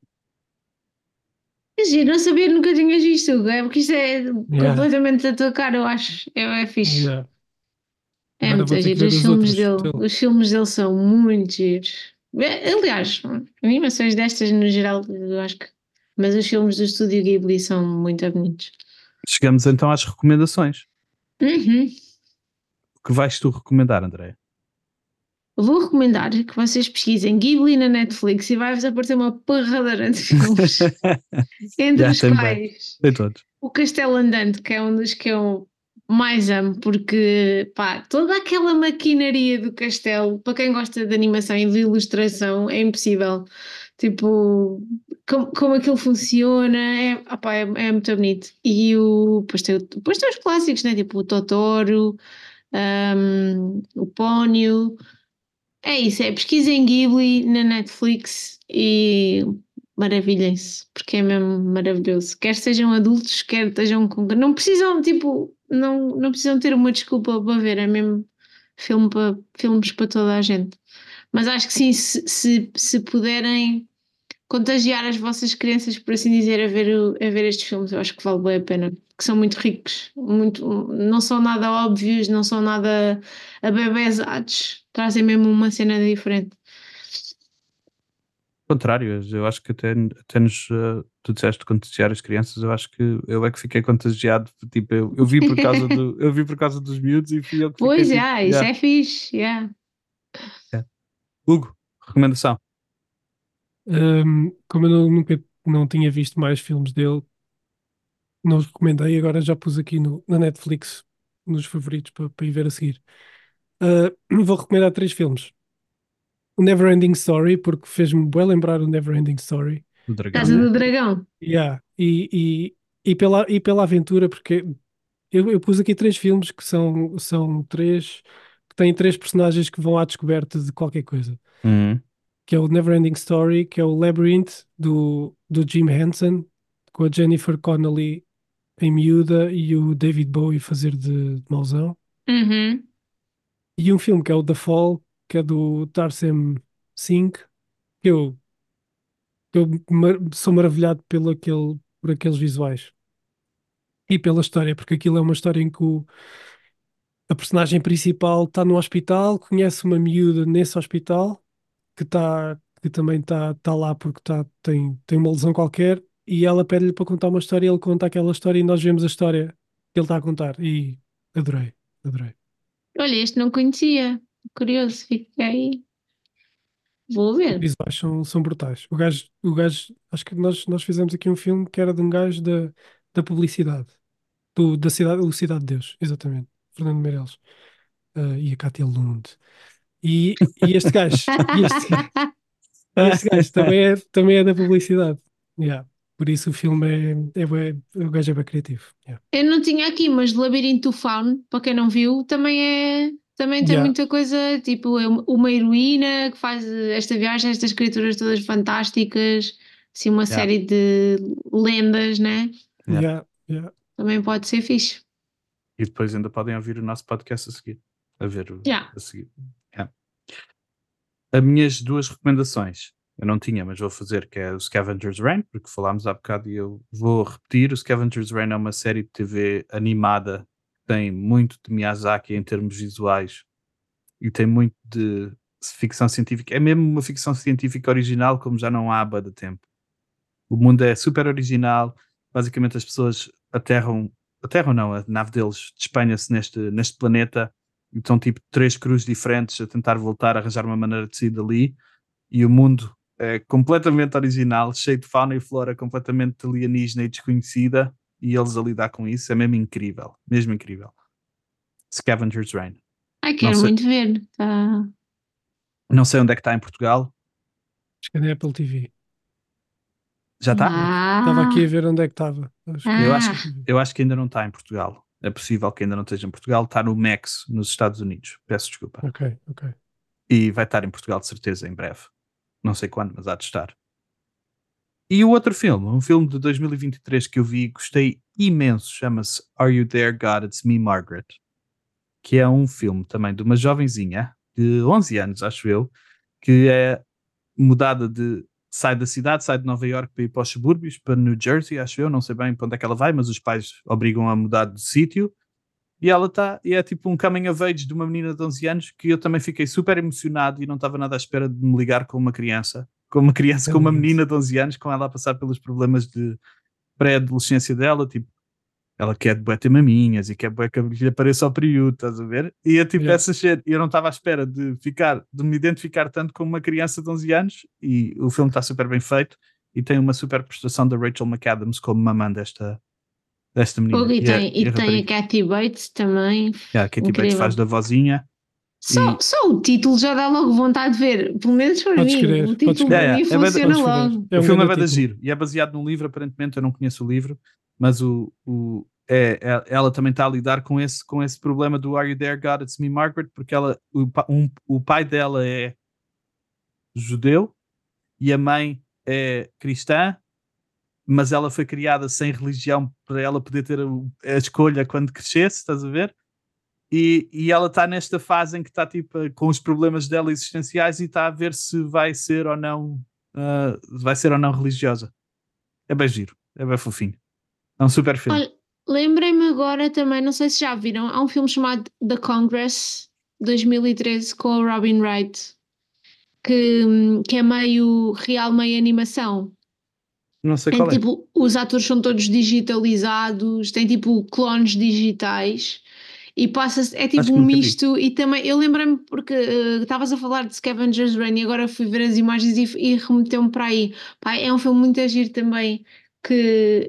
Speaker 7: É giro, não sabia, nunca tinhas visto, Hugo, é porque isto é
Speaker 6: Yeah,
Speaker 7: completamente da tua cara, eu acho. É fixe.
Speaker 6: yeah.
Speaker 7: É
Speaker 6: Agora
Speaker 7: muito
Speaker 6: vou ter que
Speaker 7: giro.
Speaker 6: ver os outros.
Speaker 7: Os filmes dele são muito giros. Aliás, animações destas no geral, eu acho que. Mas os filmes do Estúdio Ghibli são muito bonitos.
Speaker 1: Chegamos então às recomendações.
Speaker 7: Uhum.
Speaker 1: O que vais tu recomendar, André?
Speaker 7: Vou recomendar que vocês pesquisem Ghibli na Netflix e vai-vos aparecer uma porradora de filmes. Entre
Speaker 1: Já
Speaker 7: os
Speaker 1: tem bem.
Speaker 7: quais
Speaker 1: Tem todos.
Speaker 7: o Castelo Andante, que é um dos que eu mais amo, porque pá, toda aquela maquinaria do castelo, para quem gosta de animação e de ilustração, é impossível. Tipo, como aquilo funciona, é muito bonito. E depois tem os clássicos, né? Tipo o Totoro, o Pónio. É isso, pesquisem Ghibli na Netflix e maravilhem-se, porque é mesmo maravilhoso. Quer sejam adultos, quer estejam com. Não precisam, tipo, não precisam ter uma desculpa para ver, é mesmo filmes para toda a gente. Mas acho que sim, se puderem contagiar as vossas crianças, por assim dizer, a ver estes filmes, eu acho que vale bem a pena, que são muito ricos, não são nada óbvios, não são nada abebezados, trazem mesmo uma cena diferente.
Speaker 1: Ao contrário, eu acho que até tu disseste contagiar as crianças, eu acho que eu é que fiquei contagiado, tipo, eu vi por causa eu vi por causa dos miúdos e fui eu que fiquei
Speaker 7: Pois
Speaker 1: tipo,
Speaker 7: é, isso é fixe, yeah.
Speaker 1: yeah. Hugo, recomendação.
Speaker 6: Como eu nunca não tinha visto mais filmes dele, não os recomendei, agora já pus aqui na Netflix, nos favoritos para ir ver a seguir. Vou recomendar três filmes. O Neverending Story, porque fez-me bem lembrar o Neverending Story.
Speaker 1: Do dragão,
Speaker 7: Casa
Speaker 1: né?
Speaker 7: do Dragão.
Speaker 6: Yeah. E pela aventura, porque eu pus aqui três filmes que são três, que têm três personagens que vão à descoberta de qualquer coisa.
Speaker 1: Uhum.
Speaker 6: Que é o Neverending Story, que é o Labyrinth do Jim Henson, com a Jennifer Connelly em miúda e o David Bowie fazer de mauzão.
Speaker 7: Uhum.
Speaker 6: E um filme que é o The Fall, que é do Tarsem Singh, que eu sou maravilhado por aqueles visuais e pela história, porque aquilo é uma história em que a personagem principal está no hospital, conhece uma miúda nesse hospital que está que também está lá porque tem uma lesão qualquer e ela pede-lhe para contar uma história e ele conta aquela história e nós vemos a história que ele está a contar e adorei, adorei.
Speaker 7: Olha, este não conhecia. Curioso, fiquei. Vou
Speaker 6: Os
Speaker 7: ver.
Speaker 6: visuais são brutais. Acho que nós fizemos aqui um filme que era de um gajo da publicidade, da cidade, o Cidade de Deus, exatamente, Fernando Meirelles, e a Cátia Lund. E este gajo, este gajo também é da publicidade. Yeah. Por isso o filme o gajo é bem criativo. Yeah.
Speaker 7: Eu não tinha aqui, mas Labirinto do Fauno, para quem não viu, também tem
Speaker 6: Yeah.
Speaker 7: muita coisa, tipo, é uma heroína que faz esta viagem, estas criaturas todas fantásticas, assim, uma
Speaker 1: Yeah.
Speaker 7: série de lendas, né?
Speaker 6: Yeah. Yeah.
Speaker 7: Também pode ser fixe.
Speaker 1: E depois ainda podem ouvir o nosso podcast a seguir.
Speaker 7: Yeah.
Speaker 1: A seguir. Yeah. As minhas 2 recomendações, eu não tinha, mas vou fazer, que é o Scavenger's Reign, porque falámos há bocado e eu vou repetir. O Scavenger's Reign é uma série de TV animada, tem muito de Miyazaki em termos visuais e tem muito de ficção científica. É mesmo uma ficção científica original, como já não há há bué de tempo. O mundo é super original, basicamente as pessoas aterram não, a nave deles despenha-se neste planeta e estão tipo 3 cruzes diferentes a tentar voltar a arranjar uma maneira de sair dali, e o mundo é completamente original, cheio de fauna e flora completamente alienígena e desconhecida, e eles a lidar com isso é mesmo incrível, mesmo incrível. Scavenger's Reign.
Speaker 7: Ai, quero
Speaker 1: sei.
Speaker 7: muito ver. Tá.
Speaker 1: Não sei onde é que está em Portugal.
Speaker 6: Acho que é na Apple TV.
Speaker 1: Já está?
Speaker 6: Estava aqui a ver onde é que estava.
Speaker 1: Eu acho que ainda não está em Portugal. É possível que ainda não esteja em Portugal. Está no Max, nos Estados Unidos. Peço desculpa.
Speaker 6: Ok.
Speaker 1: E vai estar em Portugal de certeza em breve. Não sei quando, mas há de estar. E o outro filme, um filme de 2023 que eu vi e gostei imenso, chama-se Are You There, God? It's Me, Margaret. Que é um filme também de uma jovenzinha de 11 anos, acho eu, que é mudada sai da cidade, sai de Nova Iorque para ir para os subúrbios, para New Jersey, acho eu, não sei bem para onde é que ela vai, mas os pais obrigam a mudar de sítio, e ela e é tipo um coming of age de uma menina de 11 anos, que eu também fiquei super emocionado e não estava nada à espera de me ligar com uma menina de 11 anos, com ela a passar pelos problemas de pré-adolescência dela, tipo, ela quer bué ter maminhas e quer bué que lhe apareça ao período, estás a ver? E é tipo essa cena, eu não estava à espera de me identificar tanto com uma criança de 11 anos, e o filme está super bem feito e tem uma super prestação da Rachel McAdams como mamã desta menina.
Speaker 7: E tem a Kathy Bates também.
Speaker 1: A Kathy Bates faz da vozinha.
Speaker 7: Só o título já dá logo vontade de ver, pelo menos para
Speaker 6: Podes
Speaker 7: mim.
Speaker 6: crer,
Speaker 7: O título para mim funciona logo.
Speaker 1: O filme é bem giro e é baseado num livro, aparentemente. Eu não conheço o livro, mas ela também está a lidar com esse problema do Are You There, God? It's Me, Margaret, porque o pai dela é judeu e a mãe é cristã, mas ela foi criada sem religião para ela poder ter a escolha quando crescesse, estás a ver? E ela está nesta fase em que está tipo, com os problemas dela existenciais e está a ver se vai ser ou não religiosa. É bem giro, é bem fofinho. É um super filme.
Speaker 7: Olha, lembrei-me agora também, não sei se já viram, há um filme chamado The Congress, 2013, com o Robin Wright, que é meio real, meio animação.
Speaker 1: Não sei qual é.
Speaker 7: Tipo, os atores são todos digitalizados, tem tipo clones digitais e passa-se, é tipo um misto. E também, eu lembrei-me porque estavas a falar de Scavenger's Reign e agora fui ver as imagens e remeteu-me para aí. Pá, é um filme muito agir também, que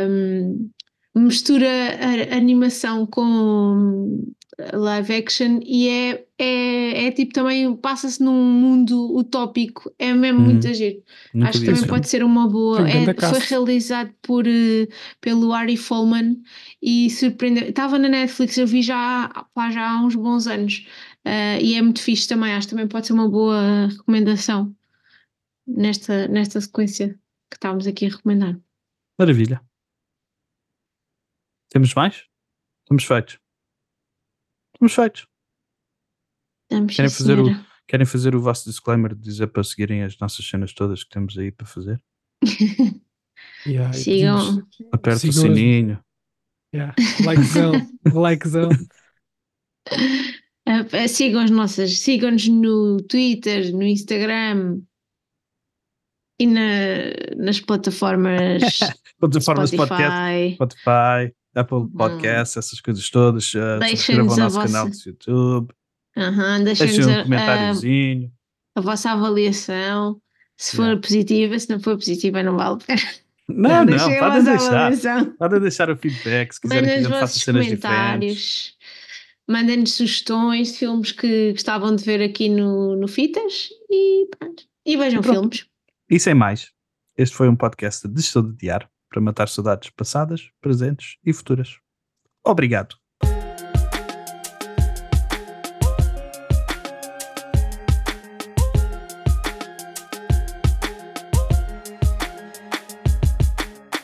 Speaker 7: mistura a animação com live action e é tipo também passa-se num mundo utópico, é mesmo muito agir. Acho que também pode ser uma boa. Foi realizado pelo Ari Folman e surpreendeu. Estava na Netflix, eu vi já há uns bons anos e é muito fixe também. Acho que também pode ser uma boa recomendação nesta sequência que estávamos aqui a recomendar.
Speaker 1: Maravilha. Temos mais? Estamos feitos. Querem fazer o vosso disclaimer de dizer para seguirem as nossas cenas todas que temos aí para fazer?
Speaker 7: Sigam.
Speaker 1: Aperta o sininho.
Speaker 6: Likezão.
Speaker 7: Sigam-nos no Twitter, no Instagram, E nas plataformas
Speaker 1: Plataformas de podcast,
Speaker 7: Spotify.
Speaker 1: Spotify, Apple Podcasts, essas coisas todas. Subscrevam o
Speaker 7: Deixem-nos a
Speaker 1: nosso canal
Speaker 7: vossa-
Speaker 1: do YouTube. Deixem
Speaker 7: Deixem-nos
Speaker 1: um comentáriozinho.
Speaker 7: a vossa avaliação. Se for
Speaker 1: Yeah.
Speaker 7: positiva, se não for positiva, não vale a pena.
Speaker 1: Não,
Speaker 7: Deixem a
Speaker 1: podem
Speaker 7: vossa
Speaker 1: deixar.
Speaker 7: avaliação.
Speaker 1: Podem deixar o feedback se quiserem que a
Speaker 7: Mandem os
Speaker 1: gente faça
Speaker 7: vossos
Speaker 1: cenas diferentes.
Speaker 7: comentários. Mandem-nos sugestões de filmes que gostavam de ver aqui no Fitas e pronto. E vejam
Speaker 1: Pronto.
Speaker 7: filmes.
Speaker 1: E sem mais, este foi um podcast de Estou de Diário para matar saudades passadas, presentes e futuras. Obrigado.